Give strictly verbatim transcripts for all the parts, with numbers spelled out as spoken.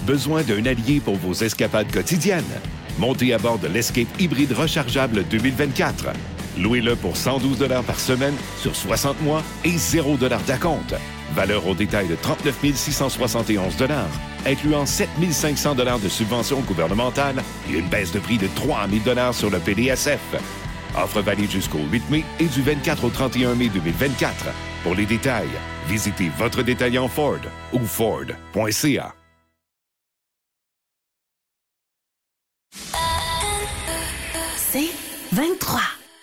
Besoin d'un allié pour vos escapades quotidiennes? Montez à bord de l'Escape hybride rechargeable deux mille vingt-quatre. Louez-le pour cent douze dollars par semaine sur soixante mois et zéro dollars d'acompte. Valeur au détail de trente-neuf mille six cent soixante et onze dollars, incluant sept mille cinq cents dollars de subventions gouvernementales et une baisse de prix de trois mille dollars sur le P D S F. Offre valide jusqu'au huit mai et du vingt-quatre au trente et un mai deux mille vingt-quatre. Pour les détails, visitez votre détaillant Ford ou Ford point C A. C'est vingt-trois.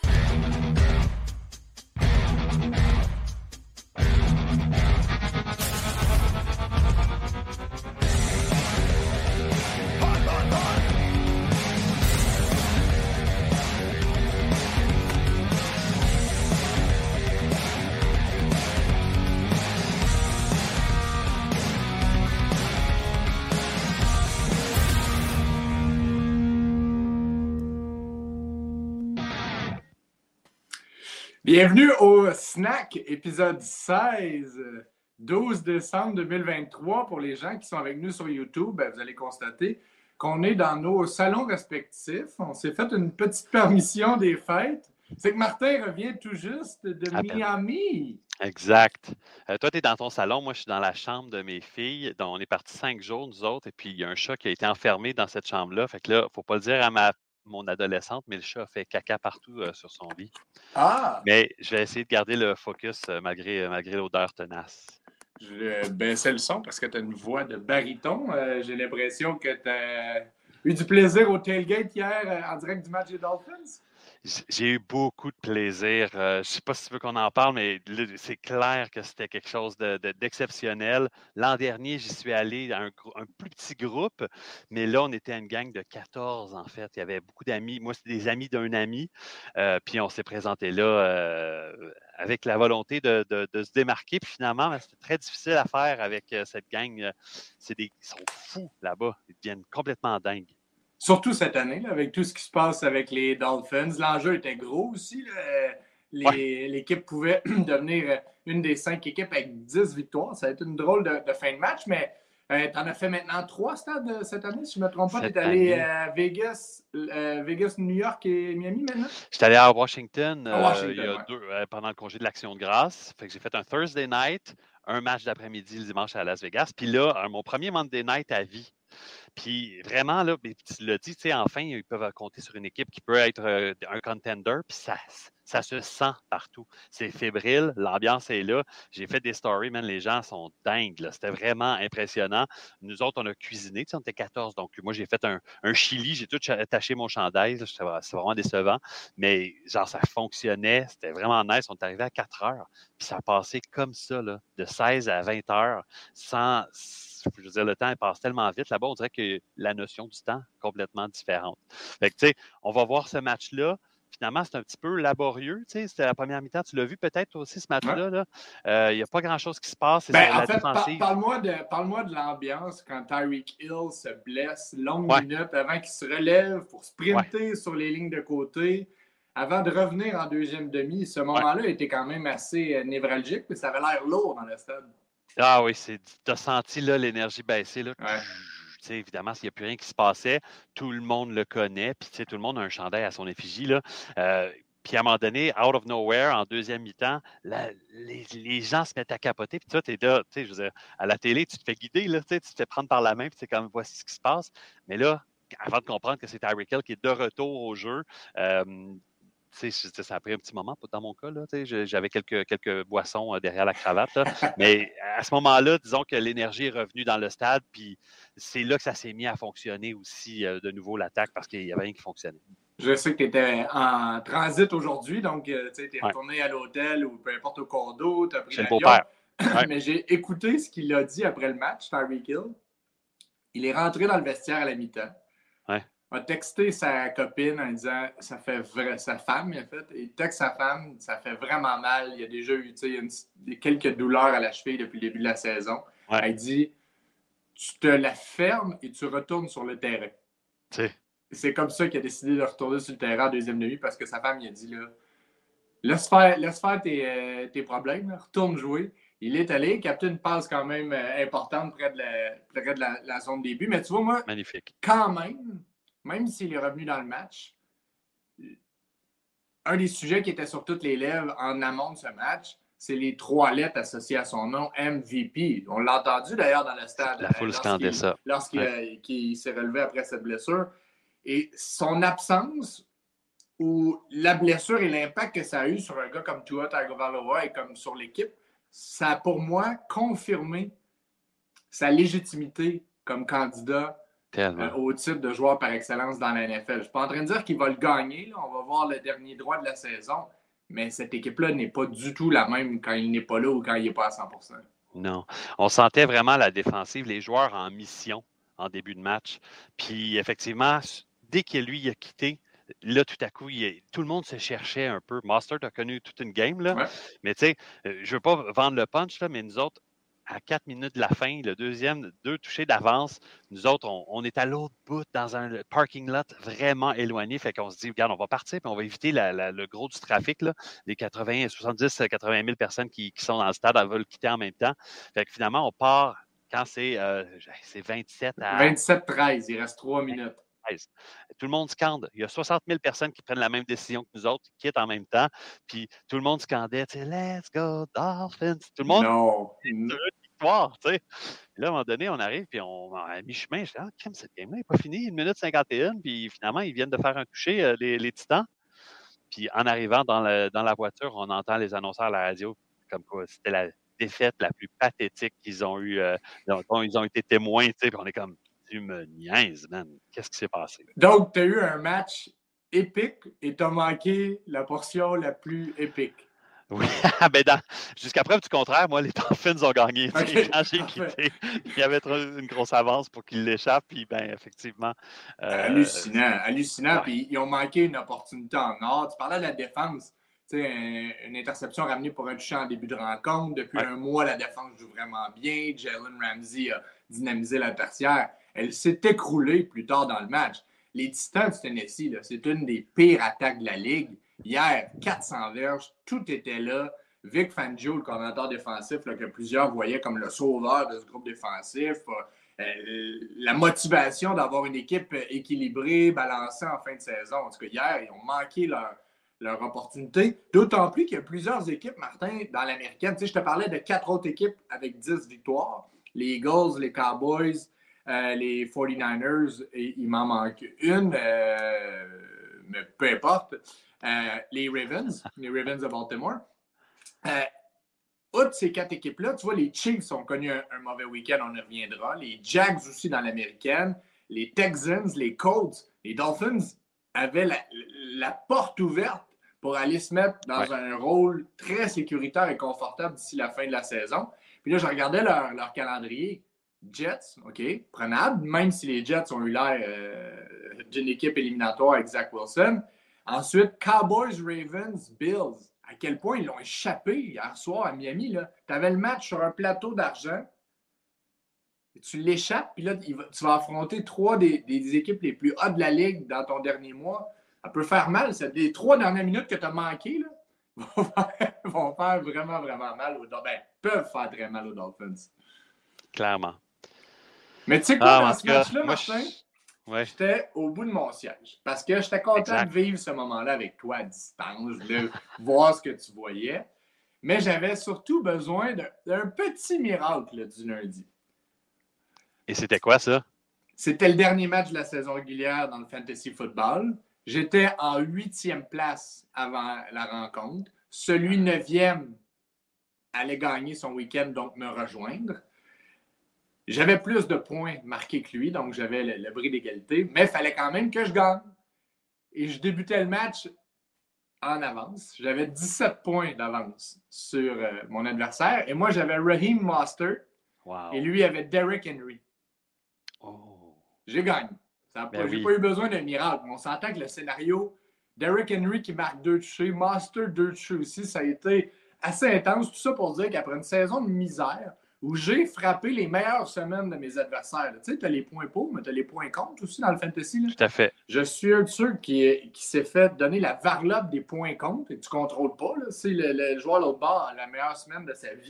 Bienvenue au Snack, épisode seize, douze décembre deux mille vingt-trois. Pour les gens qui sont avec nous sur YouTube, ben, vous allez constater qu'on est dans nos salons respectifs. On s'est fait une petite permission des fêtes. C'est que Martin revient tout juste de À Miami. Exact. Euh, toi, tu es dans ton salon, moi, je suis dans la chambre de mes filles. Donc, on est partis cinq jours, nous autres, et puis il y a un chat qui a été enfermé dans cette chambre-là. Fait que là, il ne faut pas le dire à ma mon adolescente, mais le chat a fait caca partout euh, sur son lit. Ah! Mais je vais essayer de garder le focus euh, malgré, malgré l'odeur tenace. Je vais baisser le son parce que tu as une voix de baryton. Euh, j'ai l'impression que tu as eu du plaisir au tailgate hier euh, en direct du match des Dolphins. J'ai eu beaucoup de plaisir. Euh, je ne sais pas si tu veux qu'on en parle, mais là, c'est clair que c'était quelque chose de, de, d'exceptionnel. L'an dernier, j'y suis allé à un, un plus petit groupe, mais là, on était une gang de quatorze, en fait. Il y avait beaucoup d'amis. Moi, c'était des amis d'un ami. Euh, puis on s'est présenté là euh, avec la volonté de, de, de se démarquer. Puis finalement, ben, c'était très difficile à faire avec euh, cette gang. C'est des, ils sont fous là-bas. Ils deviennent complètement dingues. Surtout cette année, là, avec tout ce qui se passe avec les Dolphins. L'enjeu était gros aussi. Là. Les, ouais. L'équipe pouvait devenir une des cinq équipes avec dix victoires. Ça a été une drôle de, de fin de match, mais euh, tu en as fait maintenant trois stades cette année, si je ne me trompe pas. Tu es allé à Vegas, euh, Vegas, New York et Miami maintenant? Je suis allé à Washington, euh, Washington il y a ouais. deux, euh, pendant le congé de l'Action de grâce. Fait que j'ai fait un Thursday night, un match d'après-midi le dimanche à Las Vegas. Puis là, un, mon premier Monday night à vie. Puis vraiment, là, tu l'as dit, tu sais, enfin, ils peuvent compter sur une équipe qui peut être euh, un contender, puis ça, ça se sent partout. C'est fébrile, l'ambiance est là. J'ai fait des stories, man, les gens sont dingues, là. C'était vraiment impressionnant. Nous autres, on a cuisiné, tu sais, on était quatorze, donc moi, j'ai fait un, un chili, j'ai tout attaché mon chandail, là, c'est vraiment décevant, mais genre, ça fonctionnait, c'était vraiment nice. On est arrivé à quatre heures, puis ça a passé comme ça, là, de seize à vingt heures, sans... Je veux dire, le temps passe tellement vite. Là-bas, on dirait que la notion du temps est complètement différente. Fait que, tu sais, on va voir ce match-là. Finalement, c'est un petit peu laborieux. Tu sais, c'était la première mi-temps. Tu l'as vu peut-être aussi, ce match-là. Il ouais. n'y euh, a pas grand-chose qui se passe. Ben, en la fait, par, parle-moi de, parle-moi de l'ambiance quand Tyreek Hill se blesse, longue ouais. minute avant qu'il se relève pour sprinter ouais. sur les lignes de côté. Avant de revenir en deuxième demi, ce moment-là ouais. était quand même assez névralgique, mais ça avait l'air lourd dans le stade. Ah oui, tu as senti là, l'énergie baisser. Là. Ouais. T'sais, évidemment, s'il n'y a plus rien qui se passait, tout le monde le connaît. Puis tout le monde a un chandail à son effigie. Là. Euh, puis à un moment donné, out of nowhere, en deuxième mi-temps, la, les, les gens se mettent à capoter. Puis toi, tu es là, je veux dire, à la télé, tu te fais guider, là, tu te fais prendre par la main, puis c'est comme voici ce qui se passe. Mais là, avant de comprendre que c'est Tyreek Hill qui est de retour au jeu, euh, ça a pris un petit moment, dans mon cas. Là, j'avais quelques, quelques boissons derrière la cravate. Là. Mais à ce moment-là, disons que l'énergie est revenue dans le stade, puis c'est là que ça s'est mis à fonctionner aussi de nouveau l'attaque parce qu'il n'y avait rien qui fonctionnait. Je sais que tu étais en transit aujourd'hui, donc tu es retourné ouais. à l'hôtel ou peu importe au condo, tu as pris l'avion. Ouais. Mais j'ai écouté ce qu'il a dit après le match, Tyreek Hill. Il est rentré dans le vestiaire à la mi-temps. Ouais. A texté sa copine en disant ça fait vrai, sa femme, en fait. Il texte sa femme, ça fait vraiment mal. Il a déjà eu une, quelques douleurs à la cheville depuis le début de la saison. Ouais. Elle dit tu te la fermes et tu retournes sur le terrain. T'sais. C'est comme ça qu'il a décidé de retourner sur le terrain en deuxième demi parce que sa femme il a dit là laisse faire, laisse faire tes, euh, tes problèmes, là, retourne jouer. Il est allé, capter une passe quand même euh, importante près de, la, près de la, la zone de début. Mais tu vois, moi, Magnifique. Quand même, même s'il est revenu dans le match, un des sujets qui était sur toutes les lèvres en amont de ce match, c'est les trois lettres associées à son nom, M V P. On l'a entendu d'ailleurs dans le stade. La foule scandait ça. Lorsqu'il ouais. euh, s'est relevé après cette blessure. Et son absence ou la blessure et l'impact que ça a eu sur un gars comme Tua Tagovailoa et comme sur l'équipe, ça a pour moi confirmé sa légitimité comme candidat euh, au titre de joueur par excellence dans la N F L. Je ne suis pas en train de dire qu'il va le gagner. Là. On va voir le dernier droit de la saison. Mais cette équipe-là n'est pas du tout la même quand il n'est pas là ou quand il n'est pas à cent pour cent. Non. On sentait vraiment la défensive, les joueurs en mission en début de match. Puis effectivement, dès que lui a quitté, là, tout à coup, il, tout le monde se cherchait un peu. Mostert a connu toute une game, là. Ouais. Mais tu sais, je ne veux pas vendre le punch, là, mais nous autres, à quatre minutes de la fin, le deuxième, deux touchés d'avance, nous autres, on, on est à l'autre bout dans un parking lot vraiment éloigné. Fait qu'on se dit, regarde, on va partir, puis on va éviter la, la, le gros du trafic, là, les quatre-vingts, soixante-dix, quatre-vingt mille personnes qui, qui sont dans le stade, elles veulent le quitter en même temps. Fait que finalement, on part quand c'est, euh, c'est vingt-sept à... vingt-sept treize, il reste trois minutes. Tout le monde scande. Il y a soixante mille personnes qui prennent la même décision que nous autres, qui quittent en même temps. Puis tout le monde scandait, tu sais, let's go Dolphins. Tout le monde. Non. Une victoire, tu sais. Là, à un moment donné, on arrive, puis on, à mi-chemin, je dis, ah, crème, cette game-là n'est pas finie, une minute cinquante et un, puis finalement, ils viennent de faire un toucher, euh, les, les Titans. Puis en arrivant dans, le, dans la voiture, on entend les annonceurs à la radio, comme quoi c'était la défaite la plus pathétique qu'ils ont eu, euh, dont ils ont été témoins, tu sais, puis on est comme. Tu me niaises, man. Qu'est-ce qui s'est passé? Donc, tu as eu un match épique et tu as manqué la portion la plus épique. Oui, ben dans, jusqu'à preuve du contraire, moi, les Dolphins ont gagné. Okay. Quand j'ai quitté, il y avait trop une grosse avance pour qu'ils l'échappent. Puis, ben, effectivement. Euh, hallucinant, hallucinant. Ouais. Puis, ils ont manqué une opportunité en or. Tu parlais de la défense. Tu sais, un, une interception ramenée pour un toucher en début de rencontre. Depuis ouais. un mois, la défense joue vraiment bien. Jalen Ramsey a dynamisé la tertiaire. Elle s'est écroulée plus tard dans le match. Les Titans du Tennessee, là, c'est une des pires attaques de la Ligue. Hier, quatre cents verges, tout était là. Vic Fangio, le coordinateur défensif, là, que plusieurs voyaient comme le sauveur de ce groupe défensif. Euh, la motivation d'avoir une équipe équilibrée, balancée en fin de saison. En tout cas, hier, ils ont manqué leur, leur opportunité. D'autant plus qu'il y a plusieurs équipes, Martin, dans l'américaine. Tu sais, je te parlais de quatre autres équipes avec dix victoires. Les Eagles, les Cowboys, Euh, les forty-niners, et il m'en manque une, euh, mais peu importe. Euh, les Ravens, les Ravens de Baltimore. Euh, outre ces quatre équipes-là, tu vois, les Chiefs ont connu un, un mauvais week-end, on y reviendra. Les Jags aussi dans l'américaine. Les Texans, les Colts, les Dolphins avaient la, la porte ouverte pour aller se mettre dans ouais. un rôle très sécuritaire et confortable d'ici la fin de la saison. Puis là, je regardais leur, leur calendrier. Jets, OK, prenable, même si les Jets ont eu l'air euh, d'une équipe éliminatoire avec Zach Wilson. Ensuite, Cowboys, Ravens, Bills. À quel point ils l'ont échappé hier soir à Miami. Tu avais le match sur un plateau d'argent. Et tu l'échappes, puis là, tu vas affronter trois des, des équipes les plus hautes de la Ligue dans ton dernier mois. Ça peut faire mal. Ça. Les trois dernières minutes que tu as manquées là, vont, faire, vont faire vraiment, vraiment mal aux Dolphins. Ben, peuvent faire très mal aux Dolphins. Clairement. Mais tu sais quoi, ah, dans ce match-là, Martin, je... ouais. j'étais au bout de mon siège. Parce que j'étais content exact. de vivre ce moment-là avec toi à distance. Je voulais voir ce que tu voyais. Mais j'avais surtout besoin d'un, d'un petit miracle là, du lundi. Et c'était quoi, ça? C'était le dernier match de la saison régulière dans le fantasy football. J'étais en huitième place avant la rencontre. Celui neuvième allait gagner son week-end, donc me rejoindre. J'avais plus de points marqués que lui, donc j'avais le, le bris d'égalité, mais il fallait quand même que je gagne. Et je débutais le match en avance. J'avais dix-sept points d'avance sur euh, mon adversaire. Et moi, j'avais Raheem Mostert. Wow. Et lui avait Derrick Henry. Oh. J'ai gagné. Ça ben j'ai oui. pas eu besoin d'un miracle. Mais on s'entend que le scénario, Derrick Henry qui marque deux touchés, Mostert deux touchés aussi, ça a été assez intense. Tout ça pour dire qu'après une saison de misère, où j'ai frappé les meilleures semaines de mes adversaires. Tu sais, tu as les points pour, mais tu as les points contre aussi dans le fantasy. Là. Tout à fait. Je suis un de ceux qui, qui s'est fait donner la varlope des points contre et tu ne contrôles pas. Là. C'est le, le joueur à l'autre bord a la meilleure semaine de sa vie.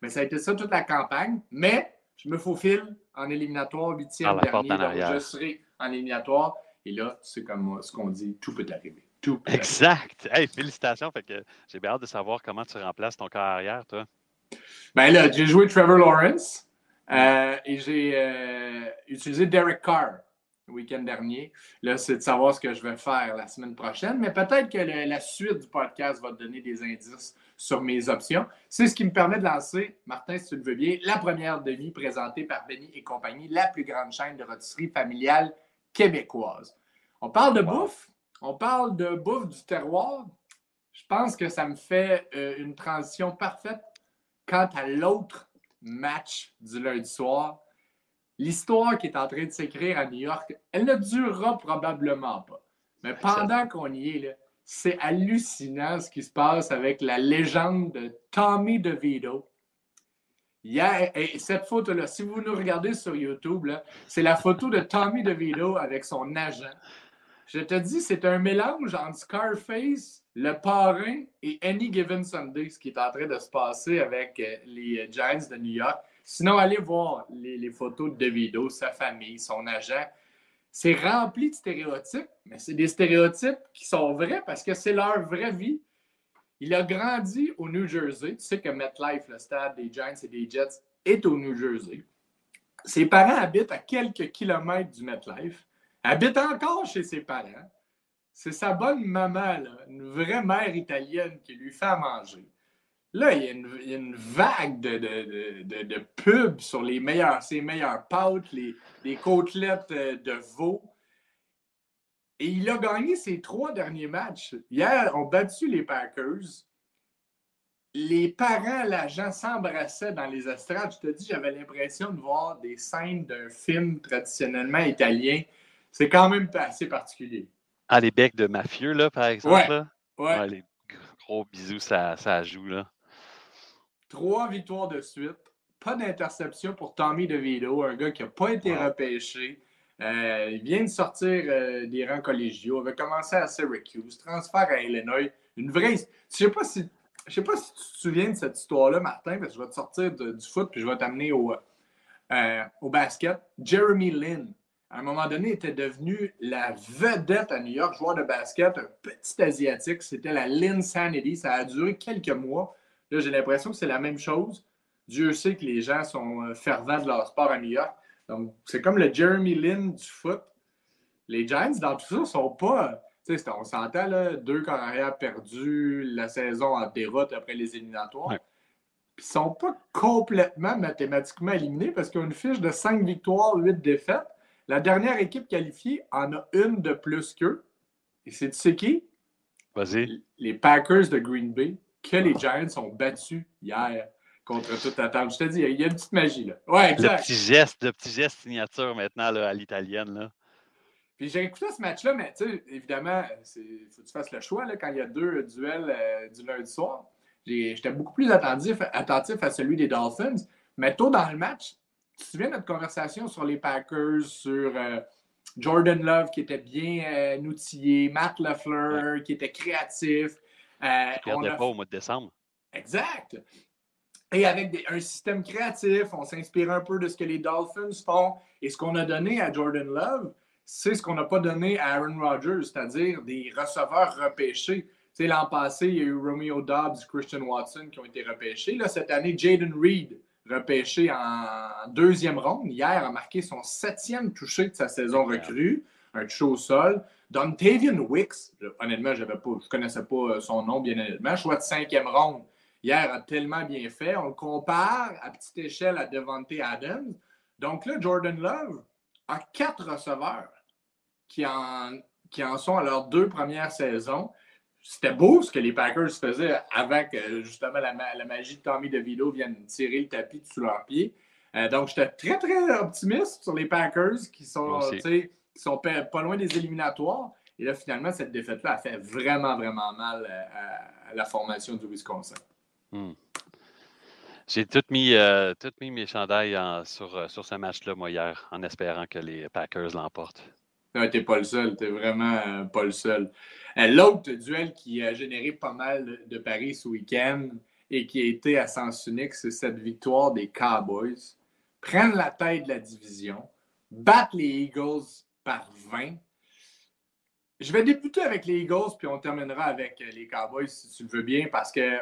Mais ça a été ça toute la campagne. Mais je me faufile en éliminatoire, huitième dernier. Donc, je serai en éliminatoire. Et là, c'est comme ce qu'on dit, tout peut arriver. Tout peut exact. Hey, félicitations. Fait que j'ai bien hâte de savoir comment tu remplaces ton corps arrière, toi. Ben là, j'ai joué Trevor Lawrence euh, et j'ai euh, utilisé Derek Carr le week-end dernier. Là, c'est de savoir ce que je vais faire la semaine prochaine, mais peut-être que le, la suite du podcast va te donner des indices sur mes options. C'est ce qui me permet de lancer, Martin, si tu le veux bien, la première demi présentée par Benny et compagnie, la plus grande chaîne de rôtisserie familiale québécoise. On parle de wow. bouffe, on parle de bouffe du terroir. Je pense que ça me fait euh, une transition parfaite quant à l'autre match du lundi soir. L'histoire qui est en train de s'écrire à New York, elle ne durera probablement pas. Mais pendant qu'on y est, là, c'est hallucinant ce qui se passe avec la légende de Tommy DeVito. Hier, et cette photo-là, si vous nous regardez sur YouTube, là, c'est la photo de Tommy DeVito avec son agent. Je te dis, c'est un mélange entre Scarface, le parrain et Any Given Sunday, ce qui est en train de se passer avec les Giants de New York. Sinon, allez voir les, les photos de DeVito, sa famille, son agent. C'est rempli de stéréotypes, mais c'est des stéréotypes qui sont vrais parce que c'est leur vraie vie. Il a grandi au New Jersey. Tu sais que MetLife, le stade des Giants et des Jets, est au New Jersey. Ses parents habitent à quelques kilomètres du MetLife. Habite encore chez ses parents. C'est sa bonne maman, là, une vraie mère italienne qui lui fait à manger. Là, il y a une, il y a une vague de, de, de, de pubs sur les meilleurs, ses meilleures pâtes, les, les côtelettes de veau. Et il a gagné ses trois derniers matchs. Hier, on a battu les Packers. Les parents, l'agent s'embrassaient dans les estrades. Je te dis, j'avais l'impression de voir des scènes d'un film traditionnellement italien. C'est quand même assez particulier. Ah, les becs de mafieux, là, par exemple. Ouais. Là. Ouais. Ouais, les gros bisous, ça, ça joue, là. Trois victoires de suite. Pas d'interception pour Tommy DeVito, un gars qui n'a pas été wow. repêché. Euh, il vient de sortir euh, des rangs collégiaux, avait commencé à Syracuse, transfert à Illinois. Une vraie. Je sais pas si. Je sais pas si tu te souviens de cette histoire-là, Martin, parce que je vais te sortir de, du foot puis je vais t'amener au, euh, au basket. Jeremy Lin, à un moment donné, était devenu la vedette à New York, joueur de basket, un petit Asiatique. C'était la Linsanity. Ça a duré quelques mois. Là, j'ai l'impression que c'est la même chose. Dieu sait que les gens sont fervents de leur sport à New York. Donc, c'est comme le Jeremy Lin du foot. Les Giants, dans tout ça, ne sont pas... Tu sais, on s'entend, là, deux corps arrière perdus, la saison en déroute après les éliminatoires. Ouais. Puis, ils ne sont pas complètement mathématiquement éliminés parce qu'ils ont une fiche de cinq victoires, huit défaites. La dernière équipe qualifiée en a une de plus qu'eux. Et c'est tu sais qui? Vas-y. Les Packers de Green Bay, que les Giants ont battus hier contre toute attente. Je te dis, il y a une petite magie, là. Ouais, exact. Le petit geste, le petit geste signature maintenant là, à l'italienne, là. Puis j'ai écouté ce match-là, mais tu sais, évidemment, il faut que tu fasses le choix là, quand il y a deux duels euh, du lundi soir. J'étais beaucoup plus attentif, attentif à celui des Dolphins. Mais tôt dans le match, tu te souviens de notre conversation sur les Packers, sur euh, Jordan Love qui était bien euh, outillé, Matt LaFleur ouais. qui était créatif. Euh, ne perdait a... pas au mois de décembre. Exact. Et avec des, un système créatif, on s'inspire un peu de ce que les Dolphins font. Et ce qu'on a donné à Jordan Love, c'est ce qu'on n'a pas donné à Aaron Rodgers, c'est-à-dire des receveurs repêchés. Tu sais, l'an passé, il y a eu Romeo Doubs, Christian Watson qui ont été repêchés. Là, cette année, Jaden Reed, repêché en deuxième ronde, hier a marqué son septième touché de sa saison recrue, un touché au sol. Dontavian Wicks, honnêtement, j'avais pas, je ne connaissais pas son nom, bien honnêtement, choix de cinquième ronde. Hier a tellement bien fait. On le compare à petite échelle à Devontae Adams. Donc là, Jordan Love a quatre receveurs qui en, qui en sont à leurs deux premières saisons. C'était beau ce que les Packers faisaient avant que justement la, la magie de Tommy DeVito vienne tirer le tapis sous leurs pieds. Euh, donc, j'étais très, très optimiste sur les Packers qui sont, qui sont pas, pas loin des éliminatoires. Et là, finalement, cette défaite-là a fait vraiment, vraiment mal à, à la formation du Wisconsin. Hmm. J'ai tout mis, euh, tout mis mes chandails en, sur, euh, sur ce match-là, moi, hier, en espérant que les Packers l'emportent. Non, t'es pas le seul. T'es vraiment euh, pas le seul. Euh, l'autre duel qui a généré pas mal de paris ce week-end et qui a été à sens unique, c'est cette victoire des Cowboys. Prennent la tête de la division, battent les Eagles par vingt. Je vais débuter avec les Eagles, puis on terminera avec les Cowboys, si tu le veux bien, parce que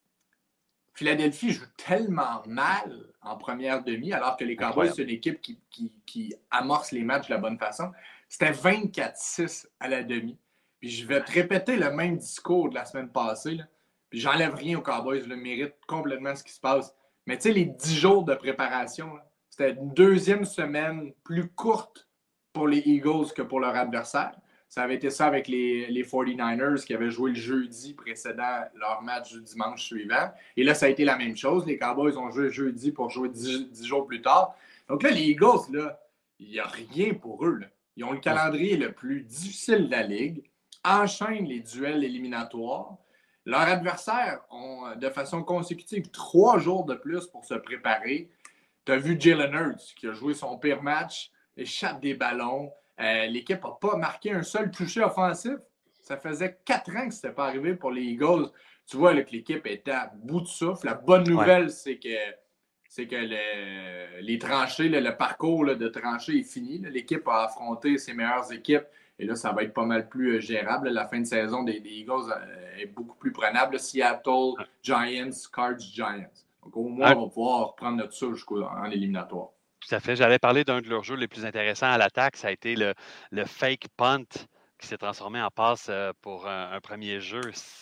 Philadelphie joue tellement mal en première demi, alors que les Cowboys, c'est une équipe qui, qui, qui amorce les matchs de la bonne façon. C'était vingt-quatre six à la demi. Puis je vais te répéter le même discours de la semaine passée. Là. Puis j'enlève rien aux Cowboys, je le mérite complètement ce qui se passe. Mais tu sais, les dix jours de préparation, là, c'était une deuxième semaine plus courte pour les Eagles que pour leur adversaire. Ça avait été ça avec les, les forty-niners qui avaient joué le jeudi précédent leur match du dimanche suivant. Et là, ça a été la même chose. Les Cowboys ont joué jeudi pour jouer dix, dix jours plus tard. Donc là, les Eagles, là, il n'y a rien pour eux. Là. Ils ont le calendrier le plus difficile de la Ligue, enchaînent les duels éliminatoires. Leurs adversaires ont, de façon consécutive, trois jours de plus pour se préparer. Tu as vu Jalen Hurts qui a joué son pire match, échappe des ballons. Euh, l'équipe n'a pas marqué un seul touché offensif. Ça faisait quatre ans que ce n'était pas arrivé pour les Eagles. Tu vois là, que l'équipe était à bout de souffle. La bonne nouvelle, ouais. c'est que, c'est que le, les tranchées, le, le parcours là, de tranchées est fini. Là. L'équipe a affronté ses meilleures équipes. Et là, ça va être pas mal plus gérable. La fin de saison des, des Eagles euh, est beaucoup plus prenable. Seattle, Giants, Cards, Giants. Donc au moins, on va pouvoir reprendre notre souffle jusqu'en éliminatoire. Tout à fait. J'allais parler d'un de leurs jeux les plus intéressants à l'attaque. Ça a été le, le fake punt qui s'est transformé en passe pour un, un premier jeu.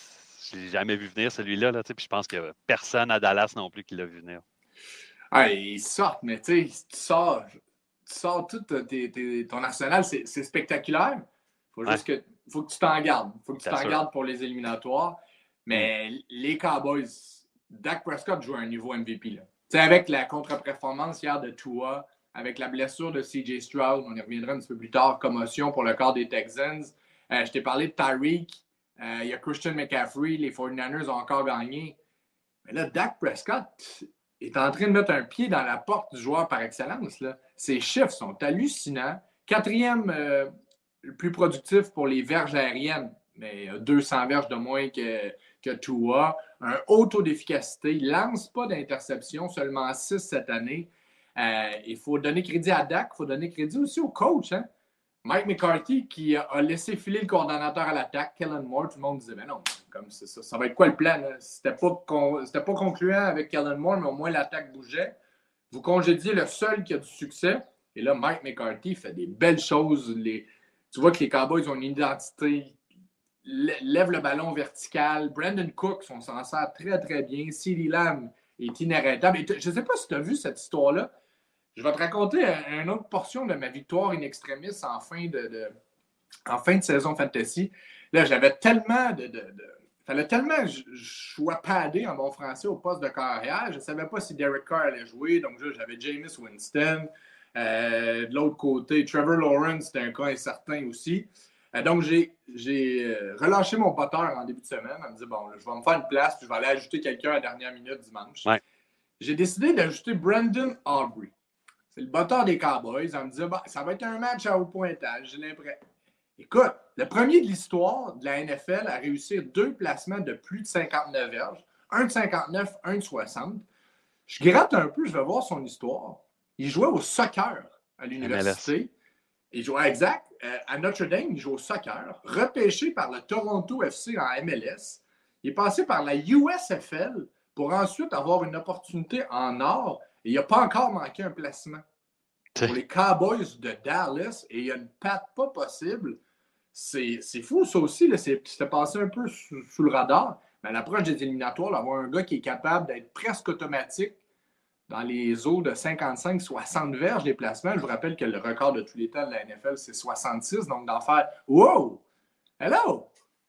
Je ne l'ai jamais vu venir, celui-là. Là, puis je pense que personne à Dallas non plus qui l'a vu venir. Ah, ils sortent, mais tu sais, tu sors, tu sors tout tes, tes, ton arsenal, c'est, c'est spectaculaire. Faut juste ouais. que, faut que tu t'en gardes. faut que tu c'est t'en sûr. gardes pour les éliminatoires. Mais mm. les Cowboys, Dak Prescott joue à un niveau M V P. Là. T'sais, avec la contre-performance hier de Tua, avec la blessure de C J Stroud, on y reviendra un petit peu plus tard, commotion pour le corps des Texans. Euh, je t'ai parlé de Tyreek, il euh, y a Christian McCaffrey, les forty-niners ont encore gagné. Mais là, Dak Prescott est en train de mettre un pied dans la porte du joueur par excellence. Là. Ses chiffres sont hallucinants. Quatrième euh, le plus productif pour les verges aériennes, mais deux cents verges de moins que... que Tua, un haut taux d'efficacité, il ne lance pas d'interception, seulement six cette année. Euh, il faut donner crédit à Dak, il faut donner crédit aussi au coach. Hein? Mike McCarthy qui a laissé filer le coordonnateur à l'attaque, Kellen Moore, tout le monde disait, mais non, comme c'est ça, ça va être quoi le plan? Là? C'était pas, con... C'était pas concluant avec Kellen Moore, mais au moins l'attaque bougeait. Vous congédiez le seul qui a du succès, et là, Mike McCarthy fait des belles choses. Les... Tu vois que les Cowboys ont une identité, lève le ballon vertical. Brandon Cooks, on s'en sert très, très bien. CeeDee Lamb est inarrêtable. Et je ne sais pas si tu as vu cette histoire-là. Je vais te raconter une autre portion de ma victoire in extremis en fin de, de, en fin de saison fantasy. Là, j'avais tellement de... de, de il fallait tellement que je, je sois padé en bon français au poste de carrière. Je ne savais pas si Derek Carr allait jouer. Donc, là, j'avais Jameis Winston. Euh, de l'autre côté, Trevor Lawrence, c'était un cas incertain aussi. Euh, donc, j'ai, j'ai euh, relâché mon botteur en début de semaine. Elle me dit, bon, là, je vais me faire une place, puis je vais aller ajouter quelqu'un à la dernière minute dimanche. Ouais. J'ai décidé d'ajouter Brandon Aubrey. C'est le botteur des Cowboys. Elle me dit, bah, ça va être un match à haut pointage, j'ai l'impression. Écoute, le premier de l'histoire de la N F L à réussir deux placements de plus de cinquante-neuf verges, un de cinquante-neuf, un de soixante. Je gratte un peu, je vais voir son histoire. Il jouait au soccer à l'université. M L S. Il jouait exact. Euh, à Notre Dame, il joue au soccer. Repêché par le Toronto F C en M L S. Il est passé par la U S F L pour ensuite avoir une opportunité en or. Et il n'a pas encore manqué un placement pour les Cowboys de Dallas. Et il y a une patte pas possible. C'est, c'est fou, ça aussi. Là, c'est, c'était passé un peu sous, sous le radar. Mais à l'approche des éliminatoires, d'avoir un gars qui est capable d'être presque automatique dans les eaux de cinquante-cinq à soixante verges des placements. Je vous rappelle que le record de tous les temps de la N F L, c'est soixante-six. Donc, d'en faire « Wow! Hello! »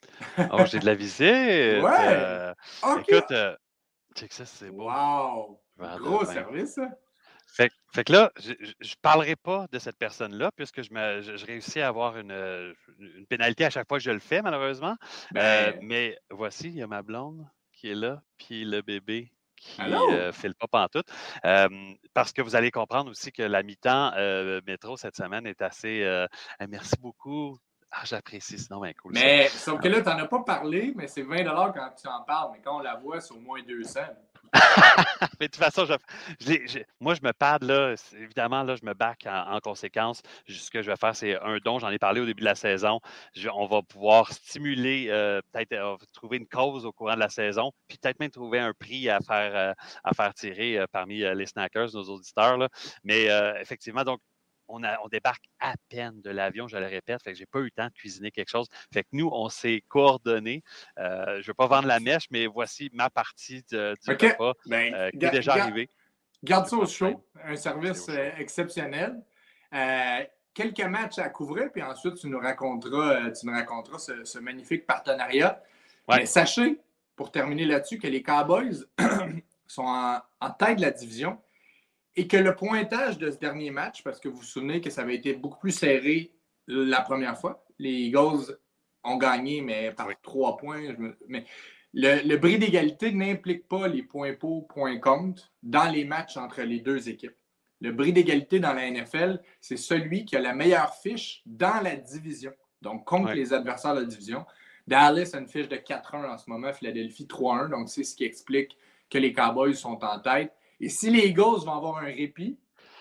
Oh, j'ai de la visite! Ouais! Euh, okay. Écoute, euh, check ça, c'est beau. Wow! Gros service, ça! Fait, fait que là, je ne parlerai pas de cette personne-là, puisque je, me, je, je réussis à avoir une, une pénalité à chaque fois que je le fais, malheureusement. Ben... Euh, mais voici, il y a ma blonde qui est là, puis le bébé qui ne euh, file pas pantoute. Euh, parce que vous allez comprendre aussi que la mi-temps euh, métro cette semaine est assez... Euh, merci beaucoup Ah, j'apprécie, sinon, ben cool. Mais ça. sauf que là, tu n'en as pas parlé, mais c'est vingt dollars quand tu en parles. Mais quand on la voit, c'est au moins deux cents. Mais de toute façon, je, je, je, moi, je me pad, là, évidemment, là, je me back en, en conséquence. Ce que je vais faire, c'est un don. J'en ai parlé au début de la saison. Je, on va pouvoir stimuler, euh, peut-être euh, trouver une cause au courant de la saison, puis peut-être même trouver un prix à faire, euh, à faire tirer euh, parmi euh, les snackers, nos auditeurs. Là. Mais euh, effectivement, donc, On, a, on débarque à peine de l'avion, je le répète, fait que j'ai pas eu le temps de cuisiner quelque chose. Fait que nous, on s'est coordonnés. Euh, je ne veux pas vendre la mèche, mais voici ma partie de, du OK. repas Ben, euh, qui ga- est déjà ga- arrivée. Garde ça Pas au de problème. chaud. Un service C'est au chaud. euh, exceptionnel. Euh, quelques matchs à couvrir, puis ensuite, tu nous raconteras, euh, tu nous raconteras ce, ce magnifique partenariat. Ouais. Mais sachez, pour terminer là-dessus, que les Cowboys sont en, en tête de la division et que le pointage de ce dernier match, parce que vous vous souvenez que ça avait été beaucoup plus serré la première fois, les Eagles ont gagné, mais par Oui. trois points. Je me, mais le, le bris d'égalité n'implique pas les points pour, points contre dans les matchs entre les deux équipes. Le bris d'égalité dans la N F L, c'est celui qui a la meilleure fiche dans la division, donc contre Oui. les adversaires de la division. Dallas a une fiche de quatre un en ce moment, Philadelphie trois un, donc c'est ce qui explique que les Cowboys sont en tête. Et si les Eagles vont avoir un répit,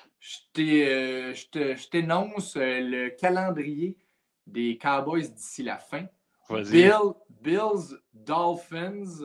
je t'énonce le calendrier des Cowboys d'ici la fin. Bill, Bills, Dolphins, ce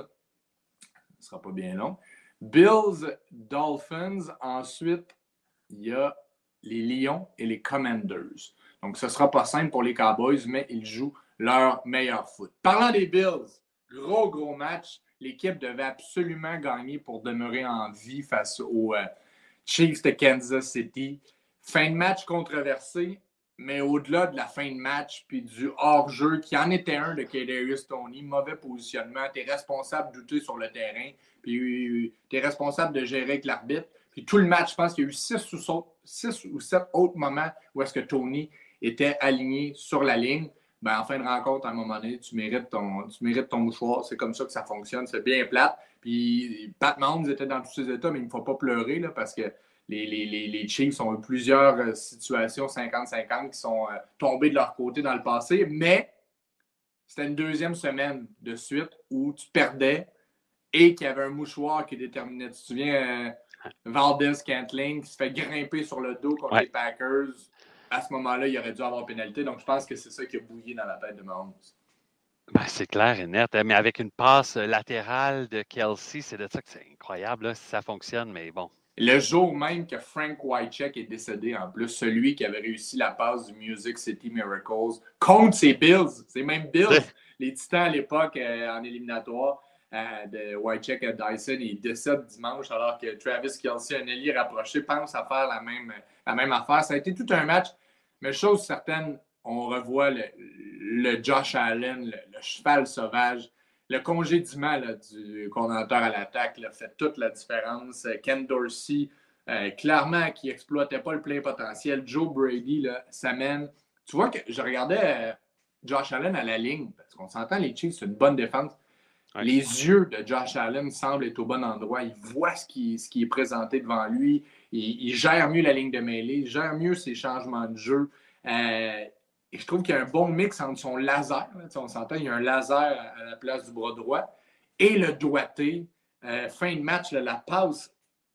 ne sera pas bien long. Bills, Dolphins, ensuite, il y a les Lions et les Commanders. Donc, ce ne sera pas simple pour les Cowboys, mais ils jouent leur meilleur foot. Parlant des Bills, gros, gros match. L'équipe devait absolument gagner pour demeurer en vie face aux euh, Chiefs de Kansas City. Fin de match controversé, mais au-delà de la fin de match puis du hors-jeu, qui en était un de Kadarius Toney, mauvais positionnement, tu es responsable de douter sur le terrain, puis tu es responsable de gérer avec l'arbitre. Puis tout le match, je pense qu'il y a eu six ou, six ou sept autres moments où est-ce que Toney était aligné sur la ligne. Ben, en fin de rencontre, à un moment donné, tu mérites ton, tu mérites ton mouchoir. C'est comme ça que ça fonctionne. C'est bien plate. Puis Pat Mahomes était dans tous ses états, mais il ne faut pas pleurer là, parce que les, les, les, les Chiefs ont eu plusieurs euh, situations cinquante cinquante qui sont euh, tombées de leur côté dans le passé. Mais c'était une deuxième semaine de suite où tu perdais et qu'il y avait un mouchoir qui déterminait. Tu te souviens, euh, Valdez-Scantling qui se fait grimper sur le dos contre ouais. les Packers. À ce moment-là, il aurait dû avoir pénalité. Donc, je pense que c'est ça qui a bouillé dans la tête de Mahomes. Ben, c'est clair et net. Mais avec une passe latérale de Kelsey, c'est de ça que c'est incroyable là, si ça fonctionne, mais bon. Le jour même que Frank Wycheck est décédé, en plus, celui qui avait réussi la passe du Music City Miracles contre ses Bills. C'est même Bills, les Titans à l'époque euh, en éliminatoire. Euh, de Wycheck à Dyson, il décède dimanche alors que Travis Kelsey, un ailier rapproché, pense à faire la même, la même affaire. Ça a été tout un match, mais chose certaine, on revoit le, le Josh Allen, le, le cheval sauvage. Le congédiement là, du coordonnateur à l'attaque là, fait toute la différence. Ken Dorsey, euh, clairement, qui n'exploitait pas le plein potentiel. Joe Brady là, s'amène. Tu vois que je regardais euh, Josh Allen à la ligne, parce qu'on s'entend, les Chiefs, c'est une bonne défense. Ouais. Les yeux de Josh Allen semblent être au bon endroit. Il voit ce qui, ce qui est présenté devant lui. Il, il gère mieux la ligne de mêlée. Il gère mieux ses changements de jeu. Euh, et je trouve qu'il y a un bon mix entre son laser. Là, on s'entend, il y a un laser à la place du bras droit. Et le doigté. Euh, fin de match, là, la passe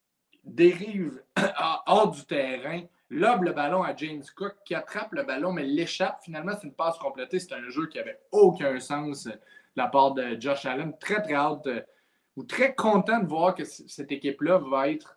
dérive hors du terrain. Lobe le ballon à James Cook qui attrape le ballon mais l'échappe. Finalement, c'est une passe complétée. C'est un jeu qui n'avait aucun sens de la part de Josh Allen. Très, très hâte de, ou très content de voir que c- cette équipe-là va être,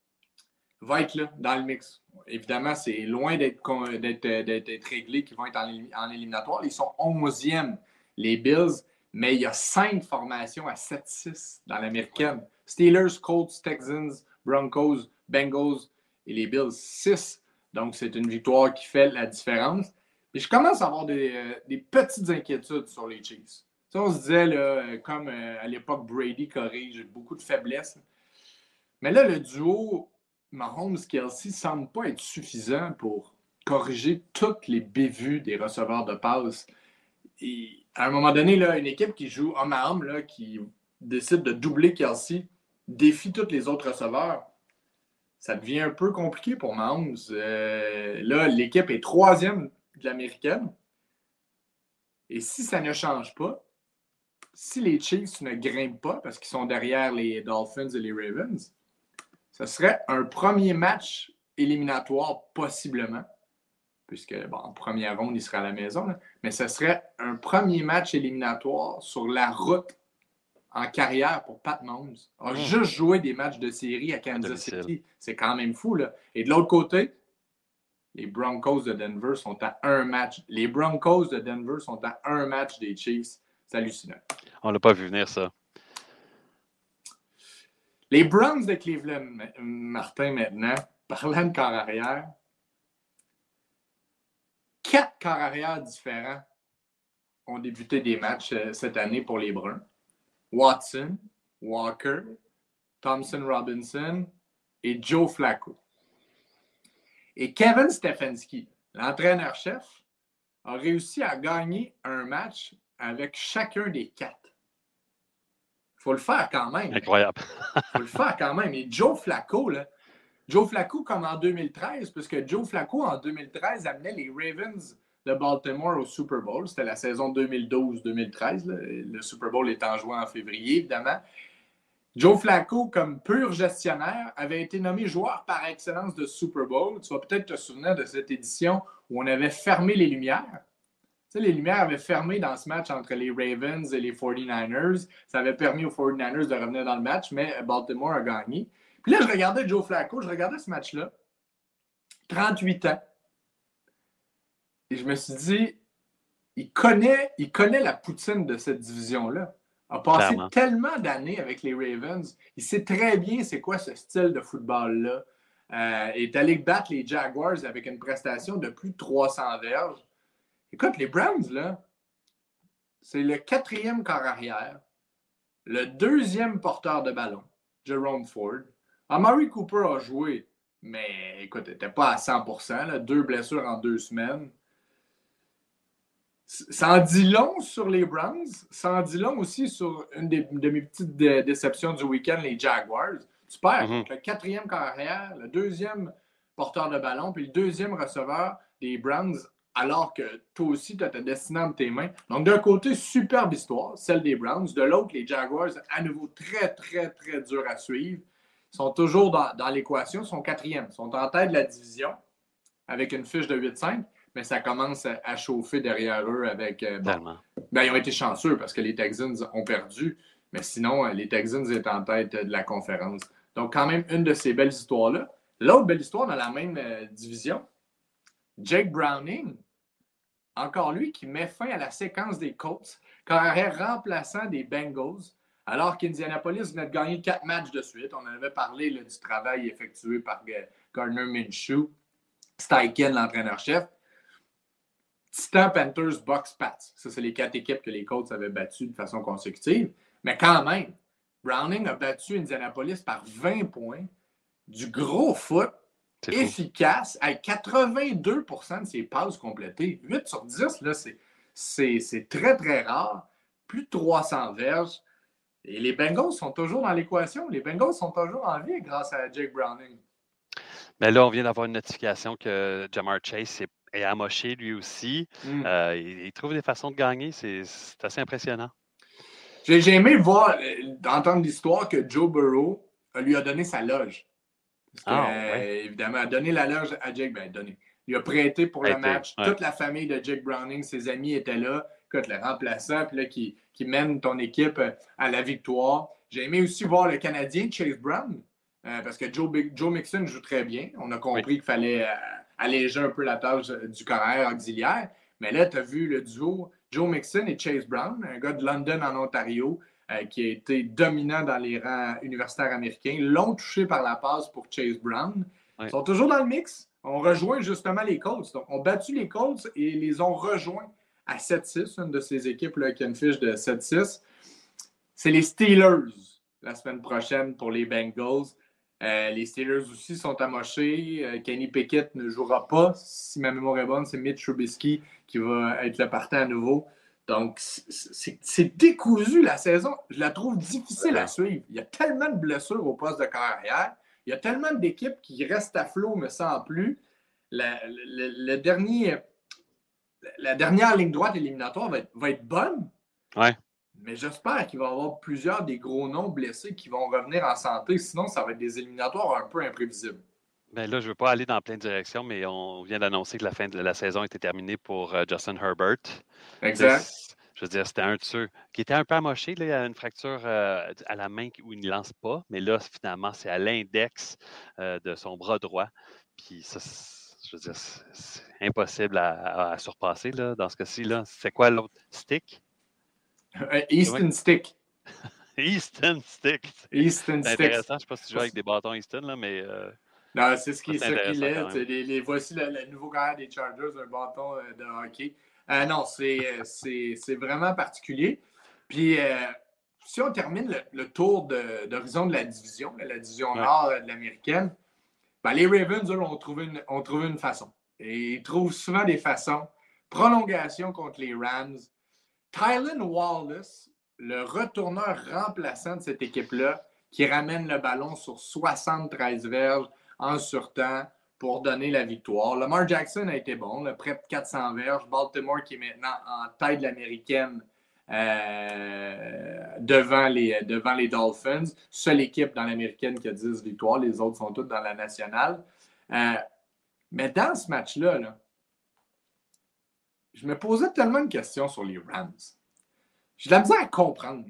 va être là, dans le mix. Évidemment, c'est loin d'être, d'être, d'être, d'être réglé qu'ils vont être en, en éliminatoire. Ils sont onzième, les Bills, mais il y a cinq formations à sept six dans l'américaine. Steelers, Colts, Texans, Broncos, Bengals et les Bills six. Donc, c'est une victoire qui fait la différence. Et je commence à avoir des, euh, des petites inquiétudes sur les Chiefs. Ça, on se disait, là, comme euh, à l'époque, Brady corrige beaucoup de faiblesses. Mais là, le duo Mahomes-Kelsey ne semble pas être suffisant pour corriger toutes les bévues des receveurs de passe. Et à un moment donné, là, une équipe qui joue homme à homme, là, qui décide de doubler Kelsey, défie tous les autres receveurs, ça devient un peu compliqué pour Mahomes. Euh, là, l'équipe est troisième de l'américaine. Et si ça ne change pas, si les Chiefs ne grimpent pas, parce qu'ils sont derrière les Dolphins et les Ravens, ce serait un premier match éliminatoire, possiblement, puisque, bon, en première ronde, il serait à la maison, là, mais ce serait un premier match éliminatoire sur la route en carrière pour Pat Mahomes. A mmh. juste joué des matchs de série à Kansas City. C'est quand même fou, là. Et de l'autre côté, les Broncos de Denver sont à un match. Les Broncos de Denver sont à un match des Chiefs. C'est hallucinant. On l'a pas vu venir, ça. Les Browns de Cleveland, Martin, maintenant, parlant de corps arrière, quatre corps arrière différents ont débuté des matchs cette année pour les Bruns. Watson, Walker, Thompson Robinson et Joe Flacco. Et Kevin Stefanski, l'entraîneur-chef, a réussi à gagner un match avec chacun des quatre. Il faut le faire quand même. Incroyable. Il faut le faire quand même. Et Joe Flacco, là, Joe Flacco comme en deux mille treize, puisque Joe Flacco en deux mille treize amenait les Ravens de Baltimore au Super Bowl. C'était la saison deux mille douze deux mille treize. Là. Le Super Bowl étant joué en février, évidemment. Joe Flacco, comme pur gestionnaire, avait été nommé joueur par excellence de Super Bowl. Tu vas peut-être te souvenir de cette édition où on avait fermé les lumières. Tu sais, les lumières avaient fermé dans ce match entre les Ravens et les forty-niners. Ça avait permis aux forty-niners de revenir dans le match, mais Baltimore a gagné. Puis là, je regardais Joe Flacco, je regardais ce match-là. trente-huit ans. Et je me suis dit, il connaît, il connaît la poutine de cette division-là. Il a passé Clairement. tellement d'années avec les Ravens. Il sait très bien c'est quoi ce style de football-là. Euh, il est allé battre les Jaguars avec une prestation de plus de trois cents verges. Écoute, les Browns, là, c'est le quatrième corps arrière, le deuxième porteur de ballon, Jerome Ford. Amari Cooper a joué, mais écoute, il n'était pas à cent pour cent, là, deux blessures en deux semaines. Ça en dit long sur les Browns, ça en dit long aussi sur une des, de mes petites dé- déceptions du week-end, les Jaguars. Tu perds mm-hmm. le quatrième corps arrière, le deuxième porteur de ballon, puis le deuxième receveur des Browns, alors que toi aussi, tu as ta destinée entre tes mains. Donc, d'un côté, superbe histoire, celle des Browns. De l'autre, les Jaguars, à nouveau, très, très, très dur à suivre. Ils sont toujours dans, dans l'équation, ils sont quatrième. Ils sont en tête de la division avec une fiche de huit cinq, mais ça commence à, à chauffer derrière eux avec... Euh, bon, ben, ils ont été chanceux parce que les Texans ont perdu, mais sinon, les Texans étaient en tête de la conférence. Donc, quand même, une de ces belles histoires-là. L'autre belle histoire dans la même euh, division, Jake Browning, encore lui qui met fin à la séquence des Colts, carrière remplaçant des Bengals, alors qu'Indianapolis venait de gagner quatre matchs de suite. On en avait parlé là, du travail effectué par Gardner Minshew, Steichen, l'entraîneur-chef. Titans, Panthers, Bucks, Pats. Ça, c'est les quatre équipes que les Colts avaient battues de façon consécutive. Mais quand même, Browning a battu Indianapolis par vingt points, du gros foot, c'est efficace, fou. Avec quatre-vingt-deux pour cent de ses passes complétées. huit sur dix, là, c'est, c'est, c'est très, très rare. Plus de trois cents verges. Et les Bengals sont toujours dans l'équation. Les Bengals sont toujours en vie grâce à Jake Browning. Mais là, on vient d'avoir une notification que Ja'Marr Chase est, est amoché lui aussi. Mm. Euh, il, il trouve des façons de gagner. C'est, c'est assez impressionnant. J'ai, j'ai aimé voir, entendre l'histoire que Joe Burrow lui a donné sa loge. Parce que, ah, euh, ouais. Évidemment, a donné la loge à Jake, ben, donné. Il a prêté pour prêté, le match. Ouais. Toute la famille de Jake Browning, ses amis étaient là. Écoute, le remplaçant, puis là, qui, qui mène ton équipe à la victoire. J'ai aimé aussi voir le Canadien, Chase Brown, euh, parce que Joe, Joe Mixon joue très bien. On a compris oui. qu'il fallait euh, alléger un peu la tâche du carrière auxiliaire. Mais là, tu as vu le duo Joe Mixon et Chase Brown, un gars de London en Ontario, Euh, qui a été dominant dans les rangs universitaires américains, l'ont touché par la passe pour Chase Brown. Ouais. Ils sont toujours dans le mix. On rejoint justement les Colts. Donc, on a battu les Colts et les ont rejoints à sept six, une de ces équipes là, qui a une fiche de sept six. C'est les Steelers la semaine prochaine pour les Bengals. Euh, les Steelers aussi sont amochés. Euh, Kenny Pickett ne jouera pas. Si ma mémoire est bonne, c'est Mitch Trubisky qui va être le partant à nouveau. Donc, c'est, c'est décousu la saison. Je la trouve difficile à suivre. Il y a tellement de blessures au poste de carrière. Il y a tellement d'équipes qui restent à flot, mais sans plus. La, le, le dernier, la dernière ligne droite éliminatoire va être, va être bonne. Ouais. Mais j'espère qu'il va y avoir plusieurs des gros noms blessés qui vont revenir en santé. Sinon, ça va être des éliminatoires un peu imprévisibles. Ben là, je ne veux pas aller dans plein de directions, mais on vient d'annoncer que la fin de la saison était terminée pour uh, Justin Herbert. Exact. C'est, je veux dire, c'était un de ceux qui était un peu amoché, là, il a une fracture euh, à la main où il ne lance pas, mais là, finalement, c'est à l'index euh, de son bras droit. Puis ça, je veux dire, c'est, c'est impossible à, à, à surpasser là, dans ce cas-ci. Là. C'est quoi l'autre? Stick? Uh, Easton Stick. Easton Stick. Easton c'est Stick. intéressant. Je ne sais pas si tu joues avec des bâtons Easton, là, mais... Euh, non, c'est ce qu'il c'est est. Les, les, voici le, le nouveau carrière des Chargers, un bâton euh, de hockey. Euh, non, c'est, c'est, c'est vraiment particulier. Puis, euh, si on termine le, le tour de, d'horizon de la division, la division ouais. nord de l'américaine, ben, les Ravens, eux, ont trouvé, une, ont trouvé une façon. Et ils trouvent souvent des façons. Prolongation contre les Rams. Tylan Wallace, le retourneur remplaçant de cette équipe-là, qui ramène le ballon sur soixante-treize verges en surtemps pour donner la victoire. Lamar Jackson a été bon, là, près de quatre cents verges. Baltimore qui est maintenant en tête de l'américaine euh, devant, les, devant les Dolphins. Seule équipe dans l'américaine qui a dix victoires. Les autres sont toutes dans la nationale. Euh, mais dans ce match-là, là, je me posais tellement de questions sur les Rams. J'ai de la misère à comprendre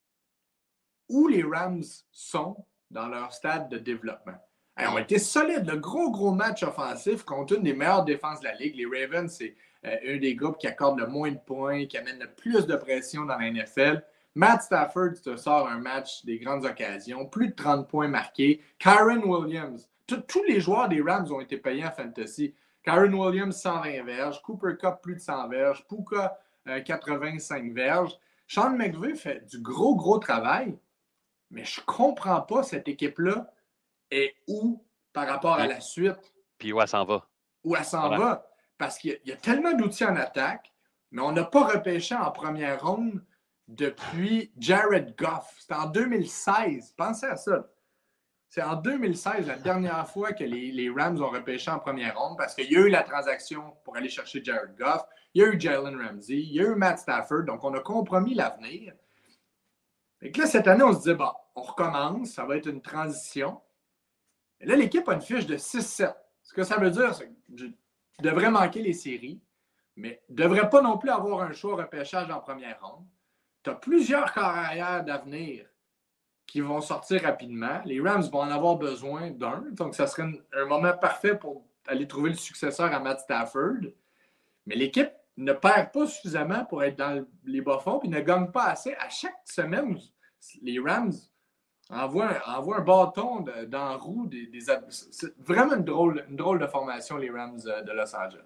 où les Rams sont dans leur stade de développement. Ils ont été solides. Le gros, gros match offensif contre une des meilleures défenses de la Ligue. Les Ravens, c'est euh, un des groupes qui accorde le moins de points, qui amène le plus de pression dans la N F L. Matt Stafford te sort un match des grandes occasions. Plus de trente points marqués. Kyren Williams. Tous les joueurs des Rams ont été payés en fantasy. Kyren Williams, cent vingt verges. Cooper Kupp, plus de cent verges. Puka, euh, quatre-vingt-cinq verges. Sean McVay fait du gros, gros travail. Mais je ne comprends pas cette équipe-là est où par rapport à la suite. Puis où elle s'en va. Où elle s'en voilà. va. Parce qu'il y a, il y a tellement d'outils en attaque, mais on n'a pas repêché en première ronde depuis Jared Goff. C'était en deux mille seize. Pensez à ça. C'est en deux mille seize, la dernière fois que les, les Rams ont repêché en première ronde, parce qu'il y a eu la transaction pour aller chercher Jared Goff, il y a eu Jalen Ramsey, il y a eu Matt Stafford, donc on a compromis l'avenir. Et que là, cette année, on se dit, bon, on recommence, ça va être une transition. Et là, l'équipe a une fiche de six sept. Ce que ça veut dire, c'est que je devrais manquer les séries, mais ne devrais pas non plus avoir un choix repêchage en première ronde. Tu as plusieurs carrières d'avenir qui vont sortir rapidement. Les Rams vont en avoir besoin d'un, donc ça serait un moment parfait pour aller trouver le successeur à Matt Stafford. Mais l'équipe ne perd pas suffisamment pour être dans les bas-fonds, puis ne gagne pas assez. À chaque semaine, les Rams envoient, envoient un bâton de, dans la roue. Des, des, c'est vraiment une drôle, une drôle de formation, les Rams de Los Angeles.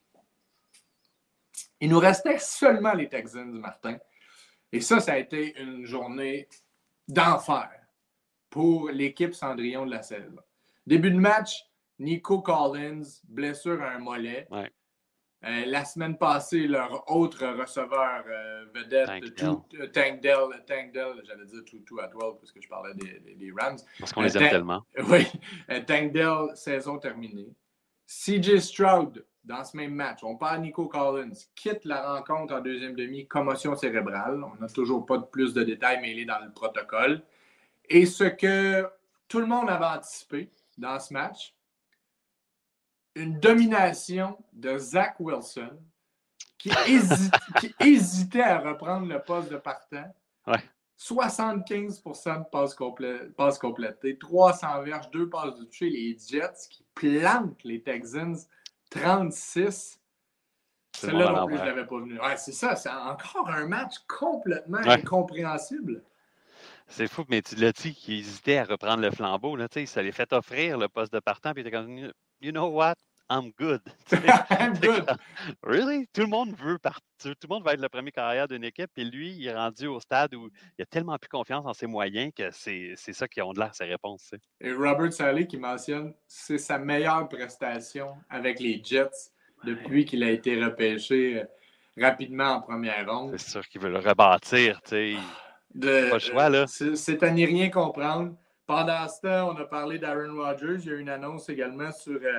Il nous restait seulement les Texans, Martin. Et ça, ça a été une journée d'enfer pour l'équipe Cendrillon de la saison. Début de match, Nico Collins, blessure à un mollet. Ouais. Euh, la semaine passée, leur autre receveur euh, vedette, Tank tout, Dell. euh, Tank Dell, Tank Dell, j'allais dire Tutu Atwell parce que je parlais des, des, des Rams. Parce qu'on Euh, les aime Tank, tellement. Oui, euh, Tank Dell, saison terminée. C J Stroud, dans ce même match, on parle Nico Collins, quitte la rencontre en deuxième demi, commotion cérébrale. On n'a toujours pas de plus de détails, mais il est dans le protocole. Et ce que tout le monde avait anticipé dans ce match, une domination de Zach Wilson qui, hésite, qui hésitait à reprendre le poste de partant. Ouais. soixante-quinze pour cent de passes, complé- passes complétées, trois cents verges, deux passes de toucher. Les Jets qui plantent les Texans trente-six. Celle-là non plus, je ne l'avais pas venu. Ouais, c'est ça, c'est encore un match complètement ouais. incompréhensible. C'est fou, mais tu l'as dit qu'il hésitait à reprendre le flambeau. Là, ça lui fait offrir le poste de partant, puis il était comme, you know what? I'm good. I'm good. Comme, really? Tout le monde veut partir. Tout le monde va être le premier carrière d'une équipe, puis lui, il est rendu au stade où il a tellement plus confiance en ses moyens que c'est, c'est ça qui ont de l'air, ses réponses. T'sais. Et Robert Saleh qui mentionne c'est sa meilleure prestation avec les Jets depuis qu'il a été repêché rapidement en première ronde. C'est sûr qu'il veut le rebâtir. Tu sais. De, pas le choix, là. C'est, c'est à n'y rien comprendre. Pendant ce temps, on a parlé d'Aaron Rodgers. Il y a eu une annonce également sur, euh,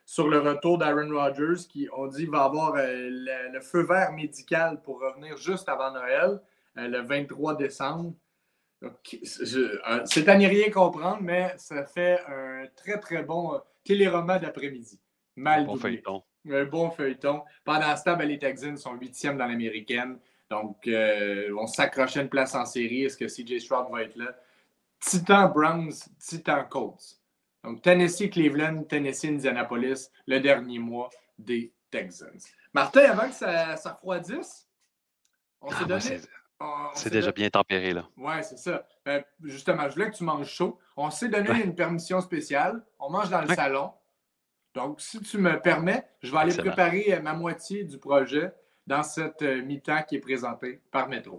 sur le retour d'Aaron Rodgers, qui, on dit, va avoir euh, le, le feu vert médical pour revenir juste avant Noël, euh, le vingt-trois décembre. Donc, je, euh, c'est à n'y rien comprendre, mais ça fait un très, très bon euh, téléroman d'après-midi. Mal Un bon doublé. feuilleton. Un bon feuilleton. Pendant ce temps, ben, les Texans sont huitièmes dans l'américaine. Donc, euh, on s'accrochait une place en série. Est-ce que C J Stroud va être là? Titan Browns, Titan Colts. Donc, Tennessee, Cleveland, Tennessee, Indianapolis, le dernier mois des Texans. Martin, avant que ça, ça refroidisse, on Ah, s'est moi, donné... c'est on- on c'est s'est déjà don- bien tempéré, là. Ouais, c'est ça. Euh, justement, je voulais que tu manges chaud. On s'est donné Ouais. une permission spéciale. On mange dans le Ouais. salon. Donc, si tu me permets, je vais aller Excellent. préparer euh, ma moitié du projet dans cette euh, mi-temps qui est présentée par Métro.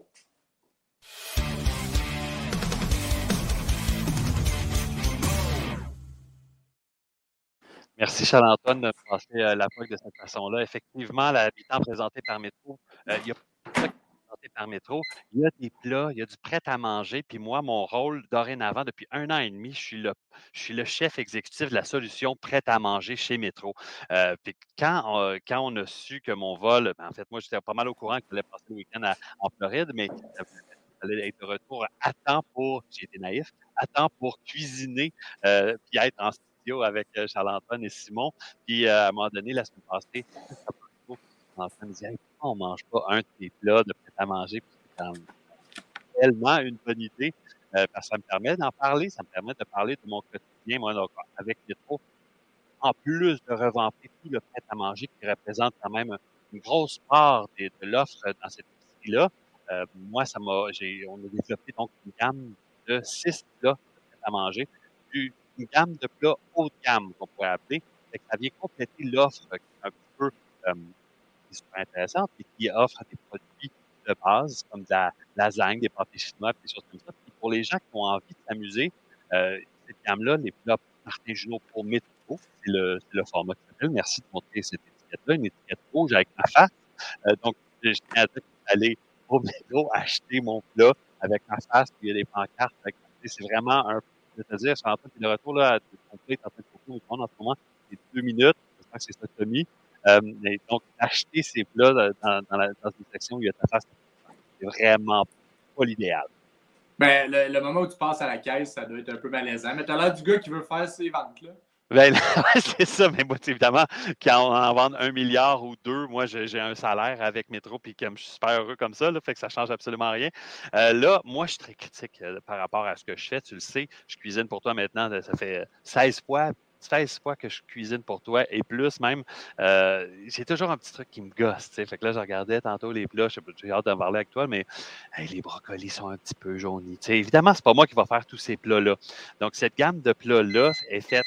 Merci Charles-Antoine de passer euh, la P O C de cette façon-là. Effectivement, la mi-temps présentée par Métro, euh, il y a pas de présenté par Métro, il y a des plats, il y a du prêt à manger. Puis moi, mon rôle dorénavant, depuis un an et demi, je suis le, je suis le chef exécutif de la solution prête à manger chez Métro. Euh, puis quand, on- quand on a su que mon vol, ben, en fait, moi, j'étais pas mal au courant qu'il allait passer le week-end à- en Floride, mais euh, allait être de retour à temps pour, j'ai été naïf, à temps pour cuisiner, euh, puis être en studio avec euh, Charles-Antoine et Simon. Puis euh, à un moment donné, la semaine passée, Charles-Antoine me dit hey, pourquoi on ne mange pas un de tes plats de prêt à manger? Puis c'est quand même tellement une bonne idée, euh, parce que ça me permet d'en parler, ça me permet de parler de mon quotidien, moi, donc, avec Métro, en plus de revamper tout le prêt à manger qui représente quand même une grosse part de, de l'offre dans cette épicerie-là. Euh, moi, ça m'a, j'ai, on a développé donc une gamme de six plats de prêt à manger, puis une gamme de plats haut de gamme qu'on pourrait appeler. Fait que ça vient compléter l'offre qui est un petit peu euh, qui est super intéressante et qui offre des produits de base comme de la lasagne, des pâtés chinois, puis des choses comme ça. Puis pour les gens qui ont envie de s'amuser, euh, cette gamme-là, les plats Martin Junot pour Métro, c'est le, c'est le format qui s'appelle. Merci de montrer cette étiquette-là, une étiquette rouge avec ma face. Euh, donc, je tiens à dire aller au Métro acheter mon plat avec ma face, puis il y a des pancartes. Avec, c'est vraiment un, je vais te dire, je suis en train de retour là, ton plat est en train de couper au monde en ce moment, c'est deux minutes, j'espère que c'est ça que tu as mis. Euh, et donc, acheter ces plats dans, dans, la, dans une section où il y a ta face, c'est vraiment pas l'idéal. Ben, le, le moment où tu passes à la caisse, ça doit être un peu malaisant. Mais tu as l'air du gars qui veut faire ses ventes, là. Ben, c'est ça, mais moi, évidemment, quand on en vend un milliard ou deux, moi, j'ai, j'ai un salaire avec Métro, puis comme je suis super heureux comme ça, là, fait que ça change absolument rien. Euh, là, moi, je suis très critique euh, par rapport à ce que je fais, tu le sais, je cuisine pour toi maintenant, ça fait seize fois, seize fois que je cuisine pour toi, et plus même, euh, j'ai toujours un petit truc qui me gosse, tu sais, fait que là, je regardais tantôt les plats, j'ai hâte d'en parler avec toi, mais hey, les brocolis sont un petit peu jaunis, tu sais, évidemment, c'est pas moi qui va faire tous ces plats-là. Donc, cette gamme de plats-là est faite.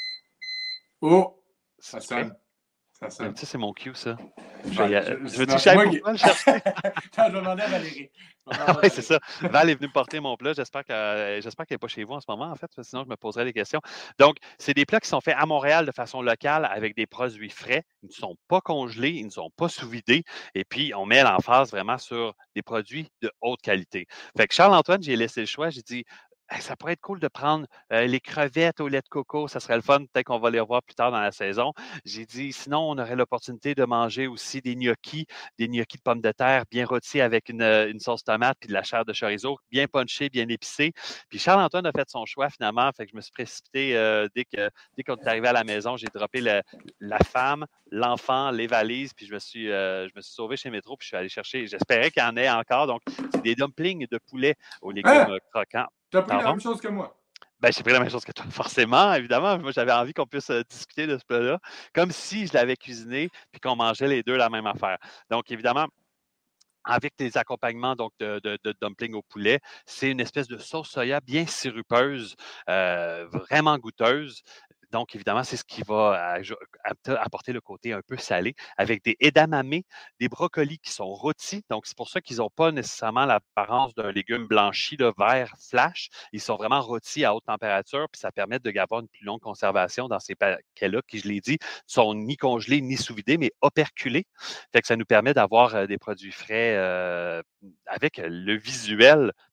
Oh! Ça C'est sonne. Ça sonne. Ça, c'est mon cue, ça. Je Ouais, vais, je- je, je- veux-tu non, que j'aille moi pour qui- toi le chercher? Attends, je vais demander à Valérie. Je vais demander à Oui, c'est Valérie. ça. Val est venue me porter mon plat. J'espère que, euh, j'espère qu'elle n'est pas chez vous en ce moment, en fait, parce que sinon je me poserais des questions. Donc, c'est des plats qui sont faits à Montréal de façon locale avec des produits frais. Ils ne sont pas congelés, ils ne sont pas sous-vidés. Et puis, on met l'emphase vraiment sur des produits de haute qualité. Fait que Charles-Antoine, j'ai laissé le choix. J'ai dit, hey, ça pourrait être cool de prendre euh, les crevettes au lait de coco. Ça serait le fun. Peut-être qu'on va les revoir plus tard dans la saison. J'ai dit, sinon, on aurait l'opportunité de manger aussi des gnocchis, des gnocchis de pommes de terre bien rôtis avec une, une sauce tomate puis de la chair de chorizo, bien punchée, bien épicée. Puis Charles-Antoine a fait son choix finalement. Fait que je me suis précipité euh, dès que dès qu'on est arrivé à la maison. J'ai droppé le, la femme, l'enfant, les valises, puis je me suis euh, je me suis sauvé chez Métro, puis je suis allé chercher. J'espérais qu'il y en ait encore. Donc, c'est des dumplings de poulet aux légumes Hein? croquants. Tu as pris la Pardon? même chose que moi. Ben, j'ai pris la même chose que toi, forcément, évidemment. Moi, j'avais envie qu'on puisse euh, discuter de ce plat-là, comme si je l'avais cuisiné, puis qu'on mangeait les deux la même affaire. Donc, évidemment, avec des accompagnements donc de, de, de dumpling au poulet, c'est une espèce de sauce soya bien sirupeuse, euh, vraiment goûteuse. Donc, évidemment, c'est ce qui va aj- apporter le côté un peu salé, avec des edamame, des brocolis qui sont rôtis. Donc, c'est pour ça qu'ils n'ont pas nécessairement l'apparence d'un légume blanchi, de vert flash. Ils sont vraiment rôtis à haute température, puis ça permet de avoir une plus longue conservation dans ces paquets-là, qui, je l'ai dit, sont ni congelés ni sous-vidés, mais operculés. Fait que ça nous permet d'avoir euh, des produits frais euh, avec le visuel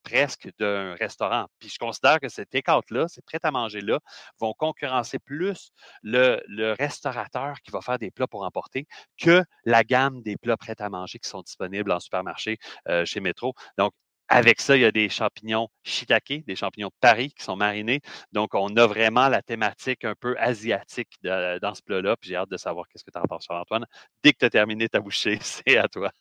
presque d'un restaurant. Puis je considère que ces take-out-là, ces prêt-à-manger-là, vont concurrencer plus le, le restaurateur qui va faire des plats pour emporter que la gamme des plats prêt-à-manger qui sont disponibles en supermarché euh, chez Métro. Donc, avec ça, il y a des champignons shiitake, des champignons de Paris qui sont marinés. Donc, on a vraiment la thématique un peu asiatique de, dans ce plat-là. Puis j'ai hâte de savoir qu'est-ce que tu en penses, Charles-Antoine. Dès que tu as terminé ta bouchée, c'est à toi.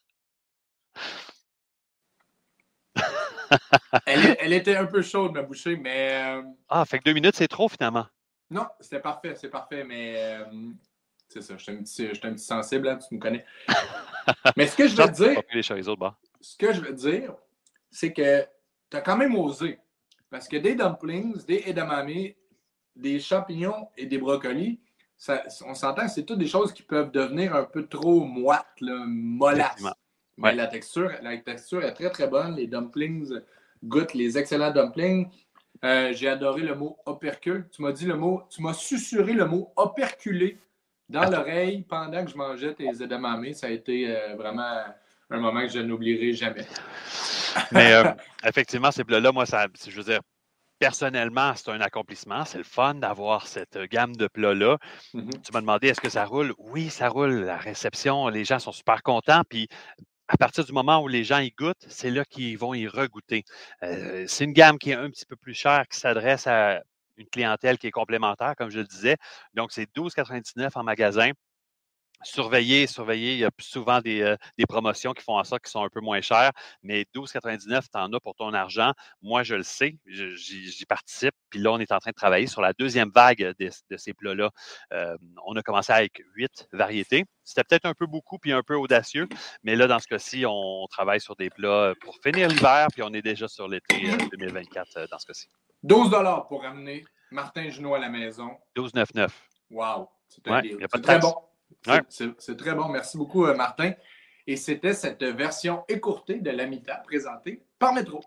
elle, est, elle était un peu chaude, ma bouchée, mais... Euh... Ah, fait que deux minutes, c'est trop, finalement. Non, c'était parfait, c'est parfait, mais... Euh... C'est ça, je suis un petit, un petit sensible, hein, tu me connais. Mais ce que je veux te dire... Les choses, autres, bon. Ce que je veux te dire... c'est que tu as quand même osé. Parce que des dumplings, des edamame, des champignons et des brocolis, ça, on s'entend que c'est toutes des choses qui peuvent devenir un peu trop moites, là, mollasses. Mais ouais. la, texture, la texture est très, très bonne. Les dumplings goûtent les excellents dumplings. Euh, j'ai adoré le mot opercule. Tu m'as dit le mot, tu m'as susurré le mot operculé dans ah, l'oreille pendant que je mangeais tes edamame. Ça a été euh, vraiment un moment que je n'oublierai jamais. Mais euh, effectivement, ces plats-là, moi, ça, je veux dire, personnellement, c'est un accomplissement. C'est le fun d'avoir cette gamme de plats-là. Mm-hmm. Tu m'as demandé, est-ce que ça roule? Oui, ça roule. La réception, les gens sont super contents. Puis, à partir du moment où les gens y goûtent, c'est là qu'ils vont y regoûter. Euh, c'est une gamme qui est un petit peu plus chère, qui s'adresse à une clientèle qui est complémentaire, comme je le disais. Donc, c'est douze quatre-vingt-dix-neuf en magasin. Surveiller, surveiller, il y a souvent des, euh, des promotions qui font en sorte qu'ils sont un peu moins chers, mais douze quatre-vingt-dix-neuf, tu en as pour ton argent. Moi, je le sais, j'y, j'y participe, puis là, on est en train de travailler sur la deuxième vague de, de ces plats-là. Euh, on a commencé avec huit variétés. C'était peut-être un peu beaucoup puis un peu audacieux, mais là, dans ce cas-ci, on, on travaille sur des plats pour finir l'hiver, puis on est déjà sur l'été euh, deux mille vingt-quatre euh, dans ce cas-ci. douze dollars pour amener Martin Junot à la maison. douze quatre-vingt-dix-neuf. Wow! C'est, un ouais, deal. C'est très bon. C'est, ouais. c'est, c'est très bon. Merci beaucoup, Martin. Et c'était cette version écourtée de l'Amita présentée par Métro.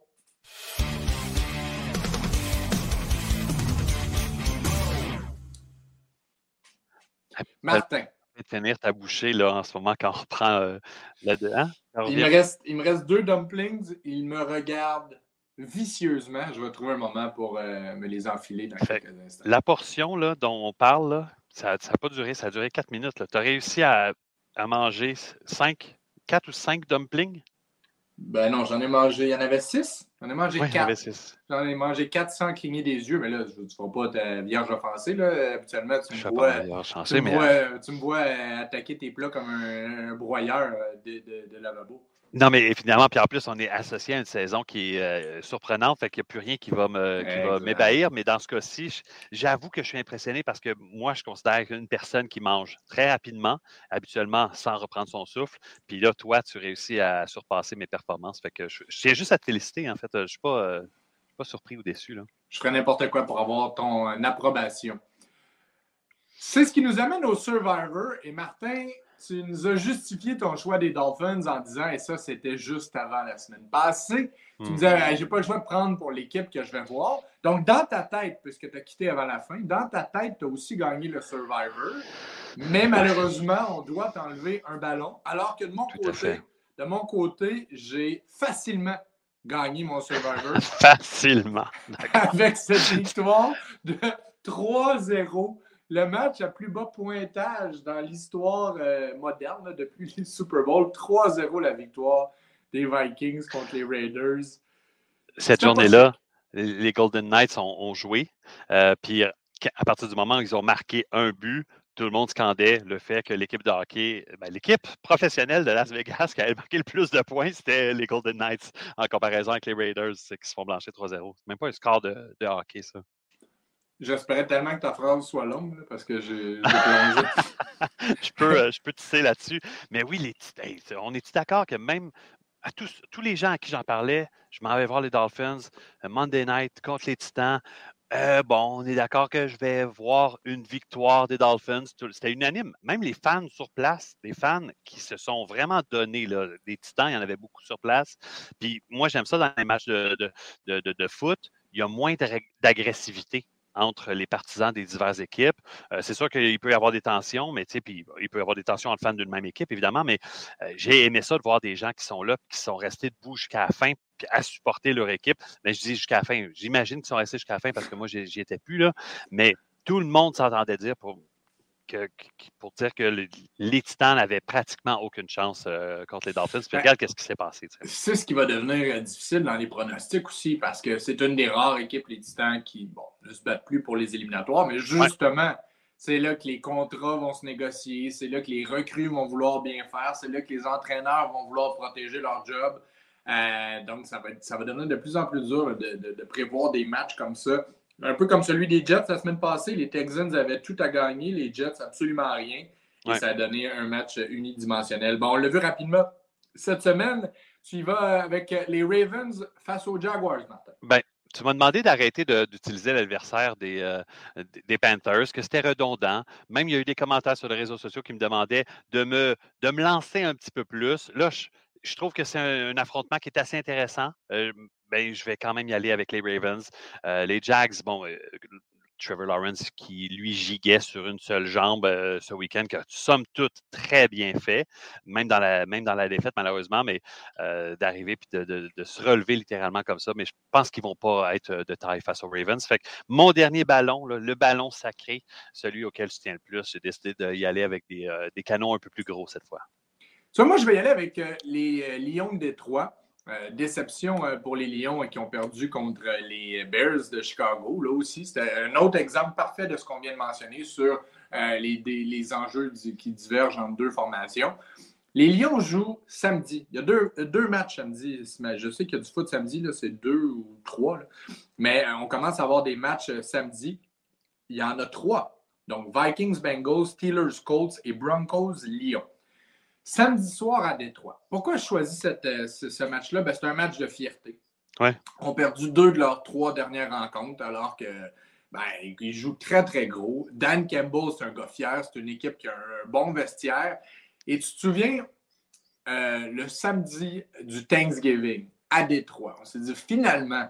Martin. Tu peux tenir ta bouchée là, en ce moment quand on reprend euh, là-dedans. Hein? Il me, reste, il me reste deux dumplings. Il me regarde vicieusement. Je vais trouver un moment pour euh, me les enfiler dans fait, quelques instants. La portion là, dont on parle, là, ça n'a pas duré, ça a duré quatre minutes. Tu as réussi à, à manger cinq, quatre ou cinq dumplings? Ben non, j'en ai mangé. Il y en avait six. J'en ai mangé oui, quatre. Il y en avait six. J'en ai mangé quatre sans cligner des yeux. Mais là, tu ne feras pas ta vierge offensée. Là. Habituellement, tu me, vois, chancé, tu, me mais... vois, tu me vois attaquer tes plats comme un, un broyeur de, de, de lavabo. Non, mais finalement, puis en plus, on est associé à une saison qui est euh, surprenante, fait qu'il n'y a plus rien qui va me qui va m'ébahir. Mais dans ce cas-ci, j'avoue que je suis impressionné parce que moi, je considère qu'une personne qui mange très rapidement, habituellement sans reprendre son souffle. Puis là, toi, tu réussis à surpasser mes performances. Fait que je, je tiens juste à te féliciter, en fait. Je ne suis pas, euh, pas surpris ou déçu, là. Je ferais n'importe quoi pour avoir ton euh, approbation. C'est ce qui nous amène au Survivor. Et Martin, tu nous as justifié ton choix des Dolphins en disant, et ça, c'était juste avant la semaine passée, mmh. tu me disais, hey, j'ai pas le choix de prendre pour l'équipe que je vais voir. Donc, dans ta tête, puisque tu as quitté avant la fin, dans ta tête, tu as aussi gagné le Survivor. Mais malheureusement, on doit t'enlever un ballon. Alors que de mon Tout côté, de mon côté, j'ai facilement gagné mon Survivor. Facilement. Avec cette victoire de trois zéro. Le match à plus bas pointage dans l'histoire euh, moderne là, depuis le Super Bowl. trois zéro la victoire des Vikings contre les Raiders. Cette journée-là, les Golden Knights ont, ont joué. Euh, puis à partir du moment où ils ont marqué un but, tout le monde scandait le fait que l'équipe de hockey, ben, l'équipe professionnelle de Las Vegas qui avait marqué le plus de points, c'était les Golden Knights en comparaison avec les Raiders qui se font blanchir trois zéro. C'est même pas un score de, de hockey, ça. J'espérais tellement que ta phrase soit longue là, parce que j'ai, j'ai plongé. je peux, euh, je peux tisser là-dessus. Mais oui, les, hey, on est-tu d'accord que même à tous, tous les gens à qui j'en parlais, je m'en vais voir les Dolphins, Monday Night contre les Titans. Euh, bon, on est d'accord que je vais voir une victoire des Dolphins. C'était unanime. Même les fans sur place, des fans qui se sont vraiment donnés. Là, des Titans, il y en avait beaucoup sur place. Puis moi, j'aime ça dans les matchs de, de, de, de, de foot. Il y a moins d'agressivité. entre les partisans des diverses équipes. Euh, c'est sûr qu'il peut y avoir des tensions, mais puis il peut y avoir des tensions entre fans d'une même équipe, évidemment, mais euh, j'ai aimé ça de voir des gens qui sont là, qui sont restés debout jusqu'à la fin, puis à supporter leur équipe. Mais je dis jusqu'à la fin, j'imagine qu'ils sont restés jusqu'à la fin parce que moi, j'y étais plus, là, mais tout le monde s'entendait dire pour... Que, que, pour dire que le, les Titans n'avaient pratiquement aucune chance euh, contre les Dolphins. Puis regarde qu'est-ce qui s'est passé. C'est ce qui va devenir euh, difficile dans les pronostics aussi, parce que c'est une des rares équipes, les Titans, qui bon, ne se battent plus pour les éliminatoires, mais justement, ouais. c'est là que les contrats vont se négocier, c'est là que les recrues vont vouloir bien faire, c'est là que les entraîneurs vont vouloir protéger leur job. Euh, donc, ça va, être, ça va devenir de plus en plus dur de, de, de prévoir des matchs comme ça. Un peu comme celui des Jets la semaine passée, les Texans avaient tout à gagner, les Jets absolument rien. Et ouais. ça a donné un match unidimensionnel. Bon, on l'a vu rapidement cette semaine. Tu y vas avec les Ravens face aux Jaguars, Martin. Ben, tu m'as demandé d'arrêter de, d'utiliser l'adversaire des, euh, des Panthers, que c'était redondant. Même, il y a eu des commentaires sur les réseaux sociaux qui me demandaient de me, de me lancer un petit peu plus. Là, je, je trouve que c'est un, un affrontement qui est assez intéressant. Euh, ben, je vais quand même y aller avec les Ravens. Euh, les Jags, bon, euh, Trevor Lawrence qui, lui, giguait sur une seule jambe euh, ce week-end, qui a somme toute très bien fait, même dans la, même dans la défaite, malheureusement, mais euh, d'arriver et de, de, de se relever littéralement comme ça. Mais je pense qu'ils ne vont pas être de taille face aux Ravens. Fait que mon dernier ballon, là, le ballon sacré, celui auquel je tiens le plus, j'ai décidé d'y aller avec des, euh, des canons un peu plus gros cette fois. So, moi, je vais y aller avec euh, les euh, Lions de Détroit. Euh, déception euh, pour les Lions euh, qui ont perdu contre euh, les Bears de Chicago. Là aussi, c'était un autre exemple parfait de ce qu'on vient de mentionner sur euh, les, des, les enjeux du, qui divergent entre deux formations. Les Lions jouent samedi. Il y a deux, deux matchs samedi. Je sais qu'il y a du foot samedi, là, c'est deux ou trois. Là. Mais euh, on commence à avoir des matchs euh, samedi. Il y en a trois. Donc, Vikings, Bengals, Steelers, Colts et Broncos, Lions. Samedi soir à Détroit. Pourquoi je choisis cette, euh, ce, ce match-là? Ben, c'est un match de fierté. Ouais. Ils ont perdu deux de leurs trois dernières rencontres alors que ben, ils jouent très, très gros. Dan Campbell, c'est un gars fier. C'est une équipe qui a un bon vestiaire. Et tu te souviens, euh, le samedi du Thanksgiving à Détroit, on s'est dit finalement,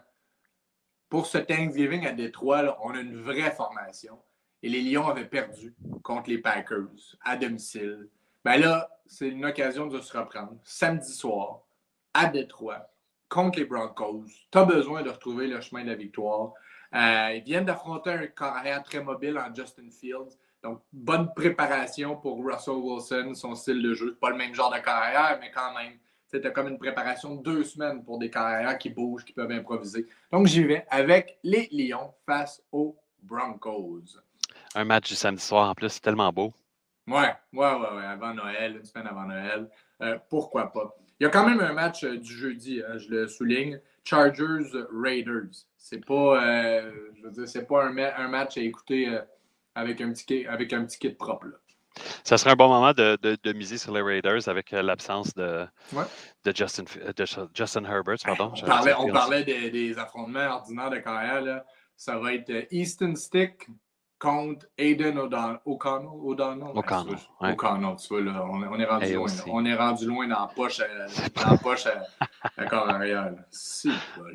pour ce Thanksgiving à Détroit, là, on a une vraie formation. Et les Lions avaient perdu contre les Packers à domicile. Ben là, c'est une occasion de se reprendre. Samedi soir, à Détroit, contre les Broncos. Tu as besoin de retrouver le chemin de la victoire. Euh, ils viennent d'affronter un carrière très mobile en Justin Fields. Donc, bonne préparation pour Russell Wilson, son style de jeu. Pas le même genre de carrière, mais quand même. Tu as comme une préparation de deux semaines pour des carrières qui bougent, qui peuvent improviser. Donc, j'y vais avec les Lions face aux Broncos. Un match du samedi soir, en plus, c'est tellement beau. Ouais, ouais, ouais, ouais, avant Noël, une semaine avant Noël. Euh, pourquoi pas? Il y a quand même un match euh, du jeudi, hein, je le souligne. Chargers-Raiders. C'est pas, euh, je veux dire, c'est pas un, un match à écouter euh, avec, un petit, avec un petit kit propre. Là. Ça serait un bon moment de, de, de miser sur les Raiders avec euh, l'absence de, ouais. de, Justin, de Justin Herbert. Pardon, on parlait, on parlait des, des affrontements ordinaires de carrière. Là. Ça va être Easton Stick contre Aiden O'Donnell. O'Connell. O'Donnell. O'Connell. Ouais, O'Connell, tu vois, là, on, on est rendu loin. Là. On est rendu loin dans la poche, à, dans la poche à, à corps arrière. C'est cool.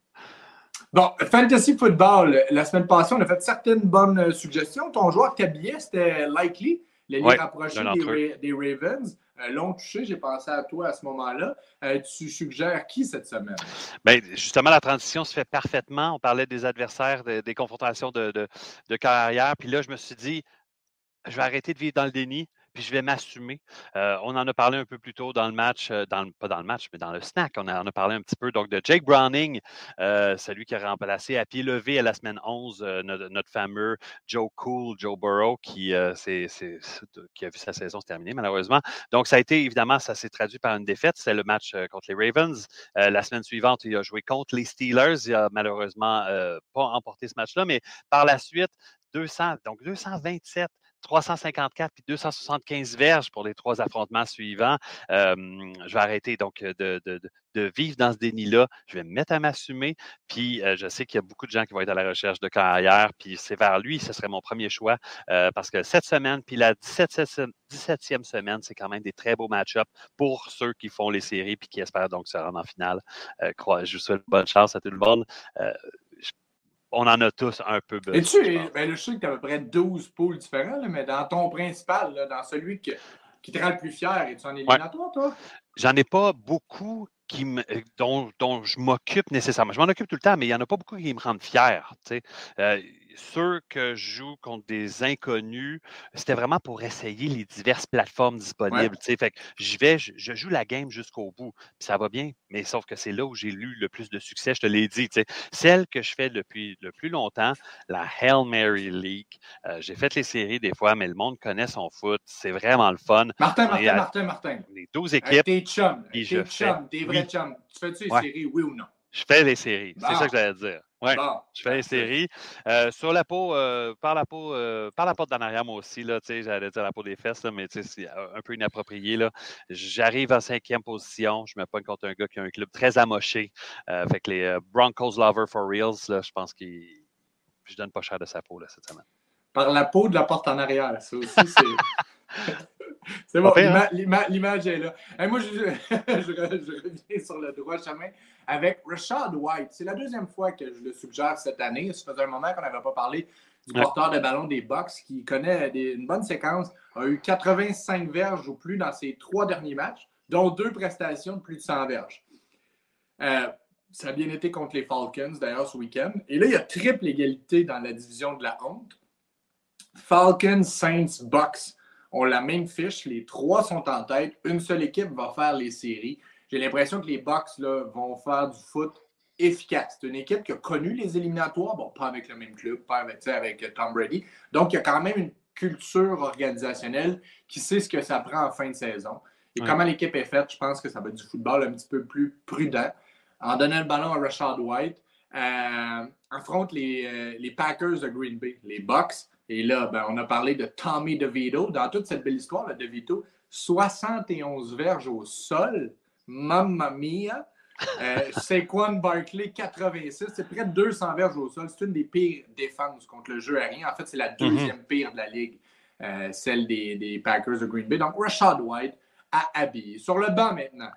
Bon, Fantasy Football, la semaine passée, on a fait certaines bonnes suggestions. Ton joueur tablier, c'était Likely, l'allié ouais, rapproché des, des Ravens. Euh, long touché, j'ai pensé à toi à ce moment-là. Euh, tu suggères qui cette semaine? Bien, justement, la transition se fait parfaitement. On parlait des adversaires, de, des confrontations de, de, de carrière. Puis là, je me suis dit, je vais arrêter de vivre dans le déni, puis je vais m'assumer. Euh, on en a parlé un peu plus tôt dans le match, euh, dans le, pas dans le match, mais dans le snack. On en a, a parlé un petit peu donc de Jake Browning, euh, celui qui a remplacé à pied levé à la semaine onze euh, notre, notre fameux Joe Cool, Joe Burrow, qui, euh, c'est, c'est, qui a vu sa saison se terminer malheureusement. Donc, ça a été, évidemment, ça s'est traduit par une défaite. C'est le match euh, contre les Ravens. Euh, la semaine suivante, il a joué contre les Steelers. Il a malheureusement euh, pas emporté ce match-là, mais par la suite, deux cents, donc deux cent vingt-sept trois cent cinquante-quatre puis deux cent soixante-quinze verges pour les trois affrontements suivants. Euh, je vais arrêter donc de, de, de vivre dans ce déni-là. Je vais me mettre à m'assumer. Puis euh, je sais qu'il y a beaucoup de gens qui vont être à la recherche de carrière. Puis c'est vers lui, ce serait mon premier choix. Euh, parce que cette semaine, puis la dix-septième semaine, c'est quand même des très beaux match-ups pour ceux qui font les séries puis qui espèrent donc se rendre en finale. Euh, je vous souhaite bonne chance à tout le monde. Euh, on en a tous un peu besoin. Et tu ben, je sais que tu as à peu près douze poules différents, là, mais dans ton principal, là, dans celui que, qui te rend le plus fier, es-tu en éliminatoire, ouais. toi? J'en ai pas beaucoup qui me, dont, dont je m'occupe nécessairement. Je m'en occupe tout le temps, mais il n'y en a pas beaucoup qui me rendent fier. Euh, ceux que je joue contre des inconnus, c'était vraiment pour essayer les diverses plateformes disponibles. Ouais. Fait que je vais, je, je joue la game jusqu'au bout. Puis ça va bien, mais sauf que c'est là où j'ai eu le plus de succès, je te l'ai dit. T'sais. Celle que je fais depuis le plus longtemps, la Hail Mary League. Euh, j'ai fait les séries des fois, mais le monde connaît son foot. C'est vraiment le fun. Martin, Martin, à, Martin, Martin. Les douze équipes. Tes chums, tes chums, tes vrais oui. chums. Tu fais-tu les ouais. séries, oui ou non? Je fais les séries. Bon. C'est ça que j'allais dire. Oui, bon. je fais les séries. Euh, sur la peau, euh, par la peau, euh, par la porte d'en arrière, moi aussi, là, j'allais dire la peau des fesses, là, mais c'est un peu inapproprié. Là. J'arrive en cinquième position. Je me pogne contre un gars qui a un club très amoché. Euh, fait que les euh, Broncos Lover for Reals, là, je pense que je donne pas cher de sa peau là, cette semaine. Par la peau de la porte en arrière, ça aussi, c'est... C'est bon, l'image est là. Et moi, je, je, je reviens sur le droit chemin avec Rachaad White. C'est la deuxième fois que je le suggère cette année. Ça faisait un moment qu'on n'avait pas parlé du ouais. porteur de ballon des Bucks qui connaît des, une bonne séquence, a eu quatre-vingt-cinq verges ou plus dans ses trois derniers matchs, dont deux prestations de plus de cent verges. Euh, ça a bien été contre les Falcons, d'ailleurs, ce week-end. Et là, il y a triple égalité dans la division de la honte. Falcons, Saints, Bucks ont la même fiche. Les trois sont en tête. Une seule équipe va faire les séries. J'ai l'impression que les Bucks là, vont faire du foot efficace. C'est une équipe qui a connu les éliminatoires. Bon, pas avec le même club, pas avec, avec Tom Brady. Donc, il y a quand même une culture organisationnelle qui sait ce que ça prend en fin de saison. Et ouais. comment l'équipe est faite, je pense que ça va être du football un petit peu plus prudent. En donnant le ballon à Rachaad White, euh, affronte les, euh, les Packers de Green Bay, les Bucks. Et là, ben, on a parlé de Tommy DeVito. Dans toute cette belle histoire, là, DeVito, soixante et onze verges au sol. Mamma mia! Euh, Saquon Barkley, quatre-vingt-six. C'est près de deux cents verges au sol. C'est une des pires défenses contre le jeu aérien. En fait, c'est la deuxième mm-hmm. pire de la ligue, euh, celle des, des Packers de Green Bay. Donc, Rachaad White à habiller. Sur le banc maintenant.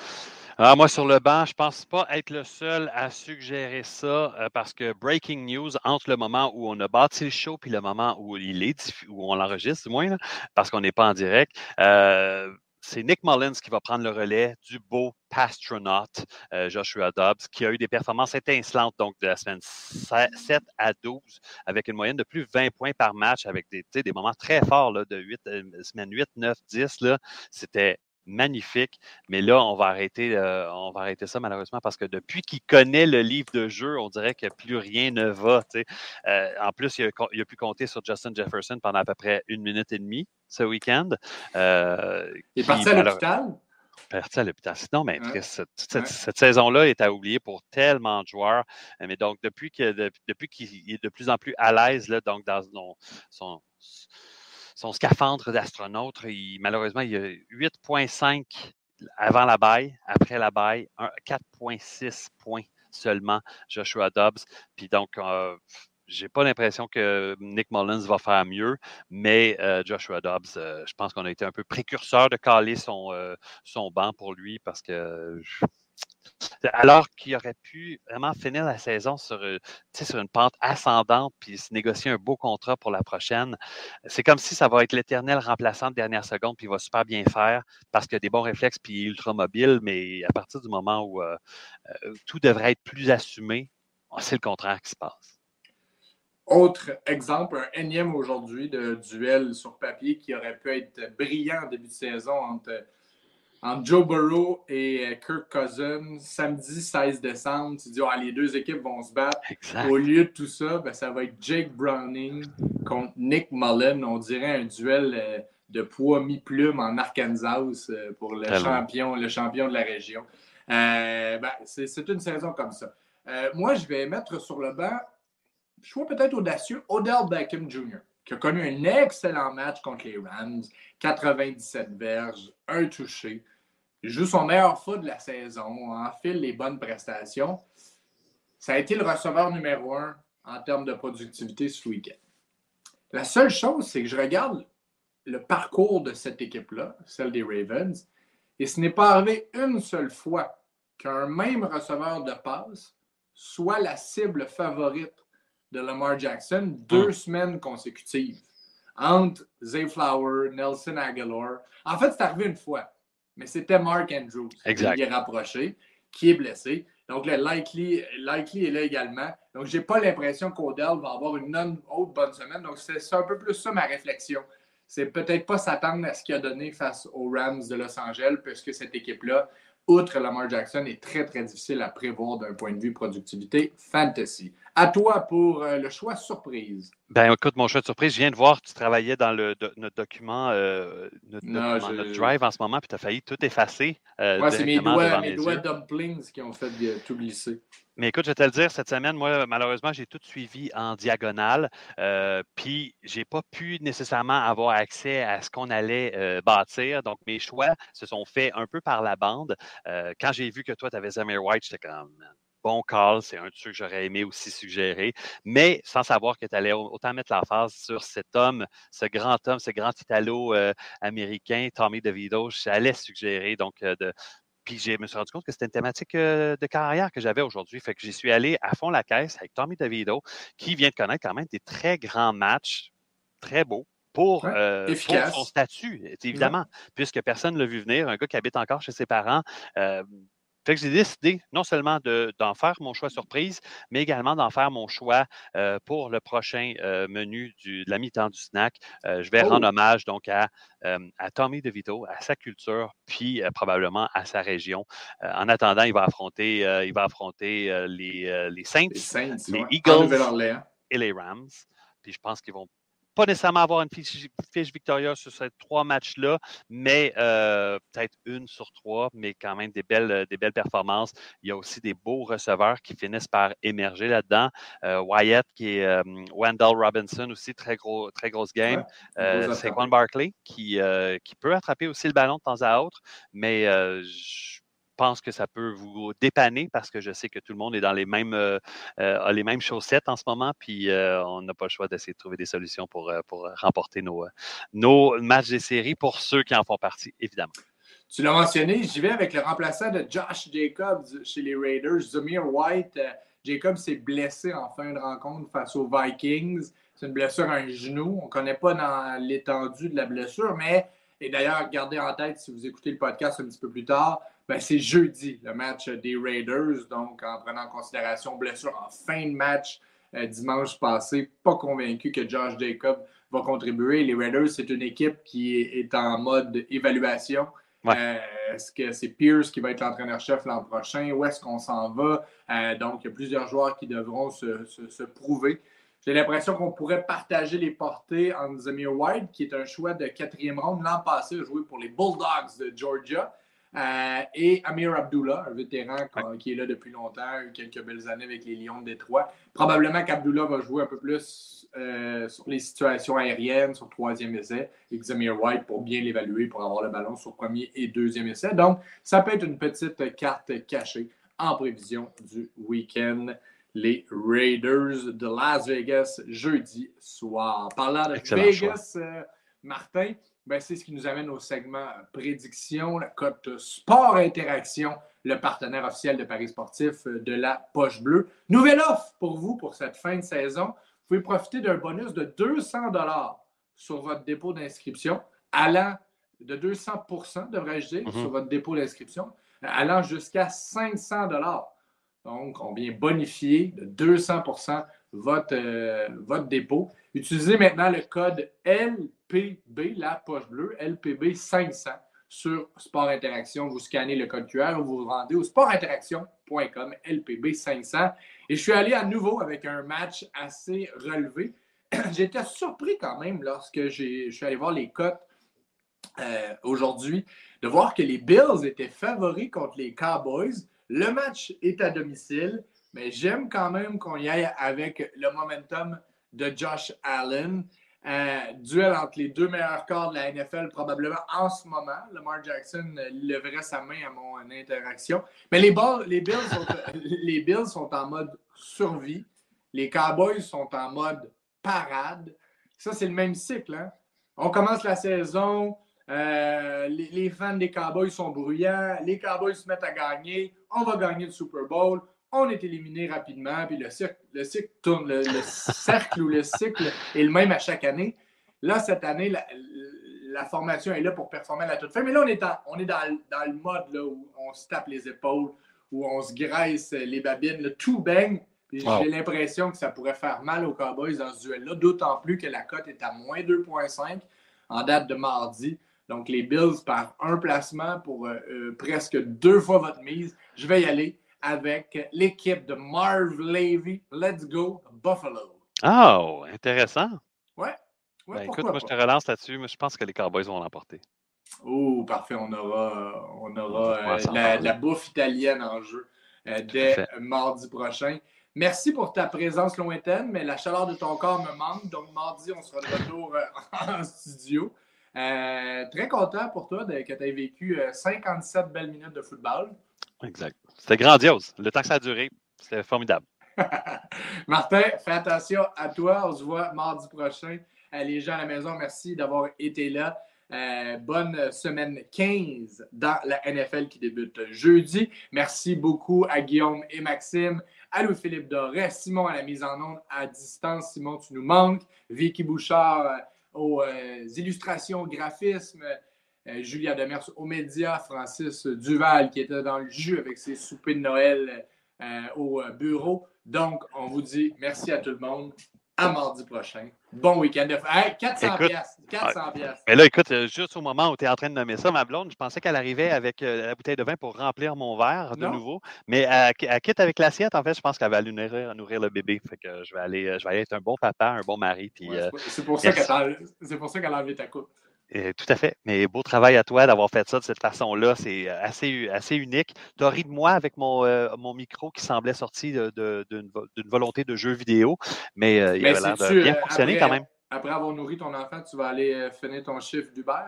Ah, moi, sur le banc, je ne pense pas être le seul à suggérer ça euh, parce que breaking news, entre le moment où on a bâti le show et le moment où il est, où on l'enregistre, du moins, là, parce qu'on n'est pas en direct, euh, c'est Nick Mullins qui va prendre le relais du beau Pastronaut, euh, Joshua Dobbs, qui a eu des performances étincelantes donc de la semaine sept à douze, avec une moyenne de plus de vingt points par match, avec des, des moments très forts là, de huit, euh, semaine huit, neuf, dix. Là, c'était magnifique, mais là, on va arrêter euh, on va arrêter ça malheureusement parce que depuis qu'il connaît le livre de jeu, on dirait que plus rien ne va. Euh, en plus, il a, il a pu compter sur Justin Jefferson pendant à peu près une minute et demie ce week-end. Euh, il est parti à l'hôpital? Parti à l'hôpital. Sinon, mais ouais. cette, cette, ouais. cette saison-là est à oublier pour tellement de joueurs. Mais donc, depuis, que, de, depuis qu'il est de plus en plus à l'aise là, donc dans son... son Son scaphandre d'astronaute, il, malheureusement, il y a huit virgule cinq avant la baille, après la baille, quatre virgule six points seulement, Joshua Dobbs. Puis donc, euh, j'ai pas l'impression que Nick Mullins va faire mieux, mais euh, Joshua Dobbs, euh, je pense qu'on a été un peu précurseur de caler son, euh, son banc pour lui parce que... Je... Alors qu'il aurait pu vraiment finir la saison sur, sur une pente ascendante puis se négocier un beau contrat pour la prochaine. C'est comme si ça va être l'éternel remplaçant de dernière seconde puis il va super bien faire parce qu'il a des bons réflexes puis il est ultra mobile, mais à partir du moment où euh, euh, tout devrait être plus assumé, c'est le contraire qui se passe. Autre exemple, un énième aujourd'hui de duel sur papier qui aurait pu être brillant en début de saison entre Entre Joe Burrow et Kirk Cousins, samedi seize décembre, tu dis ah, les deux équipes vont se battre. Exact. Au lieu de tout ça, ben, ça va être Jake Browning contre Nick Mullen. On dirait un duel de poids mi-plume en Arkansas pour le champion, le champion de la région. Euh, ben, c'est, c'est une saison comme ça. Euh, moi, je vais mettre sur le banc, je vois peut-être audacieux, Odell Beckham junior, qui a connu un excellent match contre les Rams, quatre-vingt-dix-sept verges, un touché. Il joue son meilleur foot de la saison, enfile les bonnes prestations. Ça a été le receveur numéro un en termes de productivité ce week-end. La seule chose, c'est que je regarde le parcours de cette équipe-là, celle des Ravens, et ce n'est pas arrivé une seule fois qu'un même receveur de passe soit la cible favorite de Lamar Jackson deux Mm. semaines consécutives. Entre Zay Flower, Nelson Aguilar. En fait, c'est arrivé une fois, mais c'était Mark Andrews, Exact. qui est rapproché, qui est blessé. Donc, le Likely, Likely est là également. Donc, je n'ai pas l'impression qu'Odell va avoir une autre bonne semaine. Donc, c'est, c'est un peu plus ça ma réflexion. C'est peut-être pas s'attendre à ce qu'il a donné face aux Rams de Los Angeles, puisque cette équipe-là, outre Lamar Jackson, est très, très difficile à prévoir d'un point de vue productivité fantasy. À toi pour euh, le choix surprise. Ben, écoute, mon choix de surprise, je viens de voir que tu travaillais dans le, de, notre document, euh, notre, Non, document je... notre drive en ce moment, puis tu as failli tout effacer euh, ouais, c'est mes directement doigts, devant mes mes doigts yeux. dumplings qui ont fait tout glisser. Mais écoute, je vais te le dire, cette semaine, moi, malheureusement, j'ai tout suivi en diagonale. Euh, puis, j'ai pas pu nécessairement avoir accès à ce qu'on allait euh, bâtir. Donc, mes choix se sont faits un peu par la bande. Euh, quand j'ai vu que toi, tu avais Zamir White, j'étais comme bon call. C'est un truc que j'aurais aimé aussi suggérer. Mais sans savoir que tu allais autant mettre l'emphase sur cet homme, ce grand homme, ce grand Italo-américain, Tommy DeVito, j'allais suggérer donc euh, de. Puis je me suis rendu compte que c'était une thématique euh, de carrière que j'avais aujourd'hui. Fait que j'y suis allé à fond la caisse avec Tommy DeVito, qui vient de connaître quand même des très grands matchs, très beaux, pour, Ouais, euh, pour son statut, évidemment, ouais. Puisque personne ne l'a vu venir, un gars qui habite encore chez ses parents. Euh, Fait que j'ai décidé non seulement de, d'en faire mon choix surprise, mais également d'en faire mon choix euh, pour le prochain euh, menu du, de la mi-temps du snack. Euh, je vais oh. rendre hommage donc à, euh, à Tommy DeVito, à sa culture, puis euh, probablement à sa région. Euh, en attendant, il va affronter, euh, il va affronter euh, les, euh, les Saints, les, Saints, les ouais. Eagles et les Rams. Puis je pense qu'ils vont pas nécessairement avoir une fiche, fiche victorieuse sur ces trois matchs-là, mais euh, peut-être une sur trois, mais quand même des belles, des belles performances. Il y a aussi des beaux receveurs qui finissent par émerger là-dedans. Euh, Wyatt, qui est euh, Wendell Robinson aussi, très, gros, très grosse game. Ouais, euh, Saquon Barkley, qui, euh, qui peut attraper aussi le ballon de temps à autre, mais euh, je pense que ça peut vous dépanner parce que je sais que tout le monde est dans les mêmes, euh, euh, les mêmes chaussettes en ce moment, puis euh, on n'a pas le choix d'essayer de trouver des solutions pour, euh, pour remporter nos, euh, nos matchs des séries pour ceux qui en font partie, évidemment. Tu l'as mentionné, j'y vais avec le remplaçant de Josh Jacobs chez les Raiders, Zamir White. Euh, Jacobs s'est blessé en fin de rencontre face aux Vikings. C'est une blessure à un genou. On ne connaît pas dans l'étendue de la blessure, mais, et d'ailleurs, gardez en tête si vous écoutez le podcast un petit peu plus tard, ben, c'est jeudi, le match des Raiders. Donc, en prenant en considération blessure en fin de match euh, dimanche passé, pas convaincu que Josh Jacobs va contribuer. Les Raiders, c'est une équipe qui est, est en mode évaluation. Ouais. Euh, est-ce que c'est Pierce qui va être l'entraîneur-chef l'an prochain? Où est-ce qu'on s'en va? Euh, donc, il y a plusieurs joueurs qui devront se, se, se prouver. J'ai l'impression qu'on pourrait partager les portées entre Zamir White, qui est un choix de quatrième ronde. L'an passé, a joué pour les Bulldogs de Georgia. Euh, et Amir Abdullah, un vétéran ouais. qui est là depuis longtemps, eu quelques belles années avec les Lions de Détroit. Probablement qu'Abdullah va jouer un peu plus euh, sur les situations aériennes, sur troisième essai, et Zamir White pour bien l'évaluer, pour avoir le ballon sur premier et deuxième essai. Donc, ça peut être une petite carte cachée en prévision du week-end. Les Raiders de Las Vegas, jeudi soir. Parlant de Excellent Vegas, euh, Martin, ben, c'est ce qui nous amène au segment prédiction, la cote Sport Interaction, le partenaire officiel de Paris Sportif de la Poche Bleue. Nouvelle offre pour vous pour cette fin de saison. Vous pouvez profiter d'un bonus de deux cents dollars sur votre dépôt d'inscription, allant de deux cents pour cent, devrais-je dire, mm-hmm. sur votre dépôt d'inscription, allant jusqu'à cinq cents dollars. Donc, on vient bonifier de deux cents pour cent votre, euh, votre dépôt. Utilisez maintenant le code L P B, la poche bleue, L P B cinq cents sur Sport Interaction. Vous scannez le code Q R, vous vous rendez au sport interaction point com, L P B cinq cents. Et je suis allé à nouveau avec un match assez relevé. J'étais surpris quand même lorsque j'ai, je suis allé voir les cotes euh, aujourd'hui, de voir que les Bills étaient favoris contre les Cowboys. Le match est à domicile, mais j'aime quand même qu'on y aille avec le momentum de Josh Allen. Euh, duel entre les deux meilleurs corps de la N F L probablement en ce moment. Lamar Jackson leverait sa main à mon interaction. Mais les, balls, les, Bills sont, les Bills sont en mode survie. Les Cowboys sont en mode parade. Ça, c'est le même cycle. Hein? On commence la saison... Euh, les, les fans des Cowboys sont bruyants. Les Cowboys se mettent à gagner. On va gagner le Super Bowl. on est éliminé rapidement, puis le, cirque, le cycle tourne, le, le cercle ou le cycle est le même à chaque année. Là, cette année, la, la formation est là pour performer à la toute fin, mais là, on est, en, on est dans, dans le mode là, où on se tape les épaules, où on se graisse les babines, là, tout baigne. Puis wow. J'ai l'impression que ça pourrait faire mal aux Cowboys dans ce duel-là, d'autant plus que la cote est à moins deux virgule cinq en date de mardi. Donc, les Bills par un placement pour euh, euh, presque deux fois votre mise. Je vais y aller avec l'équipe de Marv Levy. Let's go, Buffalo. Oh, intéressant. Ouais. ouais ben, écoute, moi, pas. je te relance là-dessus. Mais je pense que les Cowboys vont l'emporter. Oh, parfait. On aura, on aura euh, la, la bouffe italienne en jeu euh, dès mardi prochain. Merci pour ta présence lointaine, mais la chaleur de ton corps me manque. Donc, mardi, on sera de retour euh, en studio. Euh, très content pour toi de, que tu aies vécu euh, cinquante-sept belles minutes de football. Exact. C'était grandiose. Le temps que ça a duré, c'était formidable. Martin, fais attention à toi. On se voit mardi prochain. Euh, les gens à la maison, merci d'avoir été là. Euh, bonne semaine quinze dans la N F L qui débute jeudi. Merci beaucoup à Guillaume et Maxime, à Louis-Philippe Doré, Simon à la mise en onde à distance. Simon, tu nous manques. Vicky Bouchard euh, aux euh, illustrations, graphisme. Euh, Julia Demers aux médias. Francis Duval qui était dans le jus avec ses soupers de Noël euh, au bureau. Donc, on vous dit merci à tout le monde. À mardi prochain. Bon week-end. Hey, quatre cents piastres. quatre cents piastres. Mais là, écoute, juste au moment où tu es en train de nommer ça, ma blonde, je pensais qu'elle arrivait avec euh, la bouteille de vin pour remplir mon verre de non. nouveau. Mais elle, elle quitte avec l'assiette. En fait, je pense qu'elle va aller nourrir, nourrir le bébé. Fait que je vais aller, je vais aller être un bon papa, un bon mari. Puis, ouais, c'est, pour ça qu'elle c'est pour ça qu'elle a enlevé ta coupe. Et, tout à fait. Mais beau travail à toi d'avoir fait ça de cette façon-là. C'est assez, assez unique. Tu as ri de moi avec mon, euh, mon micro qui semblait sorti de, de, d'une, d'une volonté de jeu vidéo. Mais euh, il mais avait l'air de bien euh, fonctionner après, quand même. Après avoir nourri ton enfant, tu vas aller euh, finir ton chiffre d'Uber?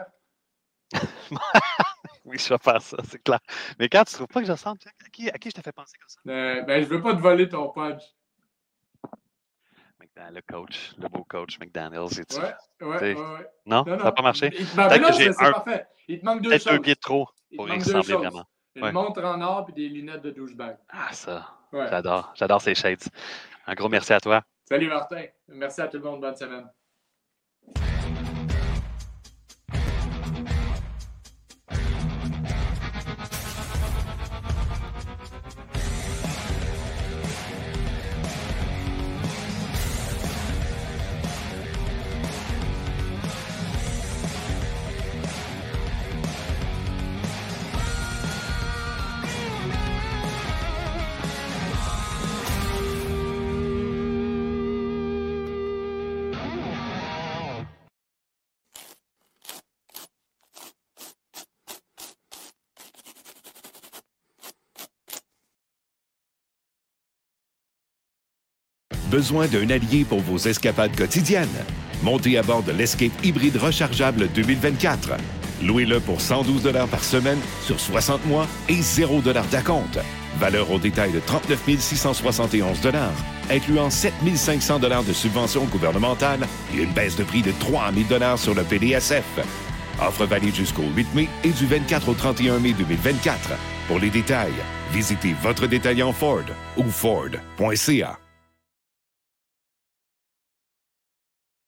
Oui, je vais faire ça, c'est clair. Mais quand tu ne trouves pas que je ressemble, à qui, à qui je te fais penser comme ça? Euh, ben, je ne veux pas te voler ton punch. Le coach, le beau coach McDaniels. Ouais, ouais, ouais, ouais. Non, non, ça n'a pas marché. Il, ben, peut-être non, que j'ai c'est un, parfait. Il te manque deux peut-être choses. deux pieds de trop pour y ressembler vraiment. Une ouais. montre en or et des lunettes de douchebag. Ah, ça. Ouais. J'adore. J'adore ces shades. Un gros merci à toi. Salut Martin. Merci à tout le monde. Bonne semaine. Besoin d'un allié pour vos escapades quotidiennes? Montez à bord de l'Escape hybride rechargeable deux mille vingt-quatre. Louez-le pour cent douze dollars par semaine sur soixante mois et zéro dollar d'acompte. Valeur au détail de trente-neuf mille six cent soixante et onze dollars, incluant sept mille cinq cents dollars de subventions gouvernementales et une baisse de prix de trois mille dollars sur le P D S F. Offre valide jusqu'au huit mai et du vingt-quatre au trente et un mai deux mille vingt-quatre. Pour les détails, visitez votre détaillant Ford ou Ford point C A.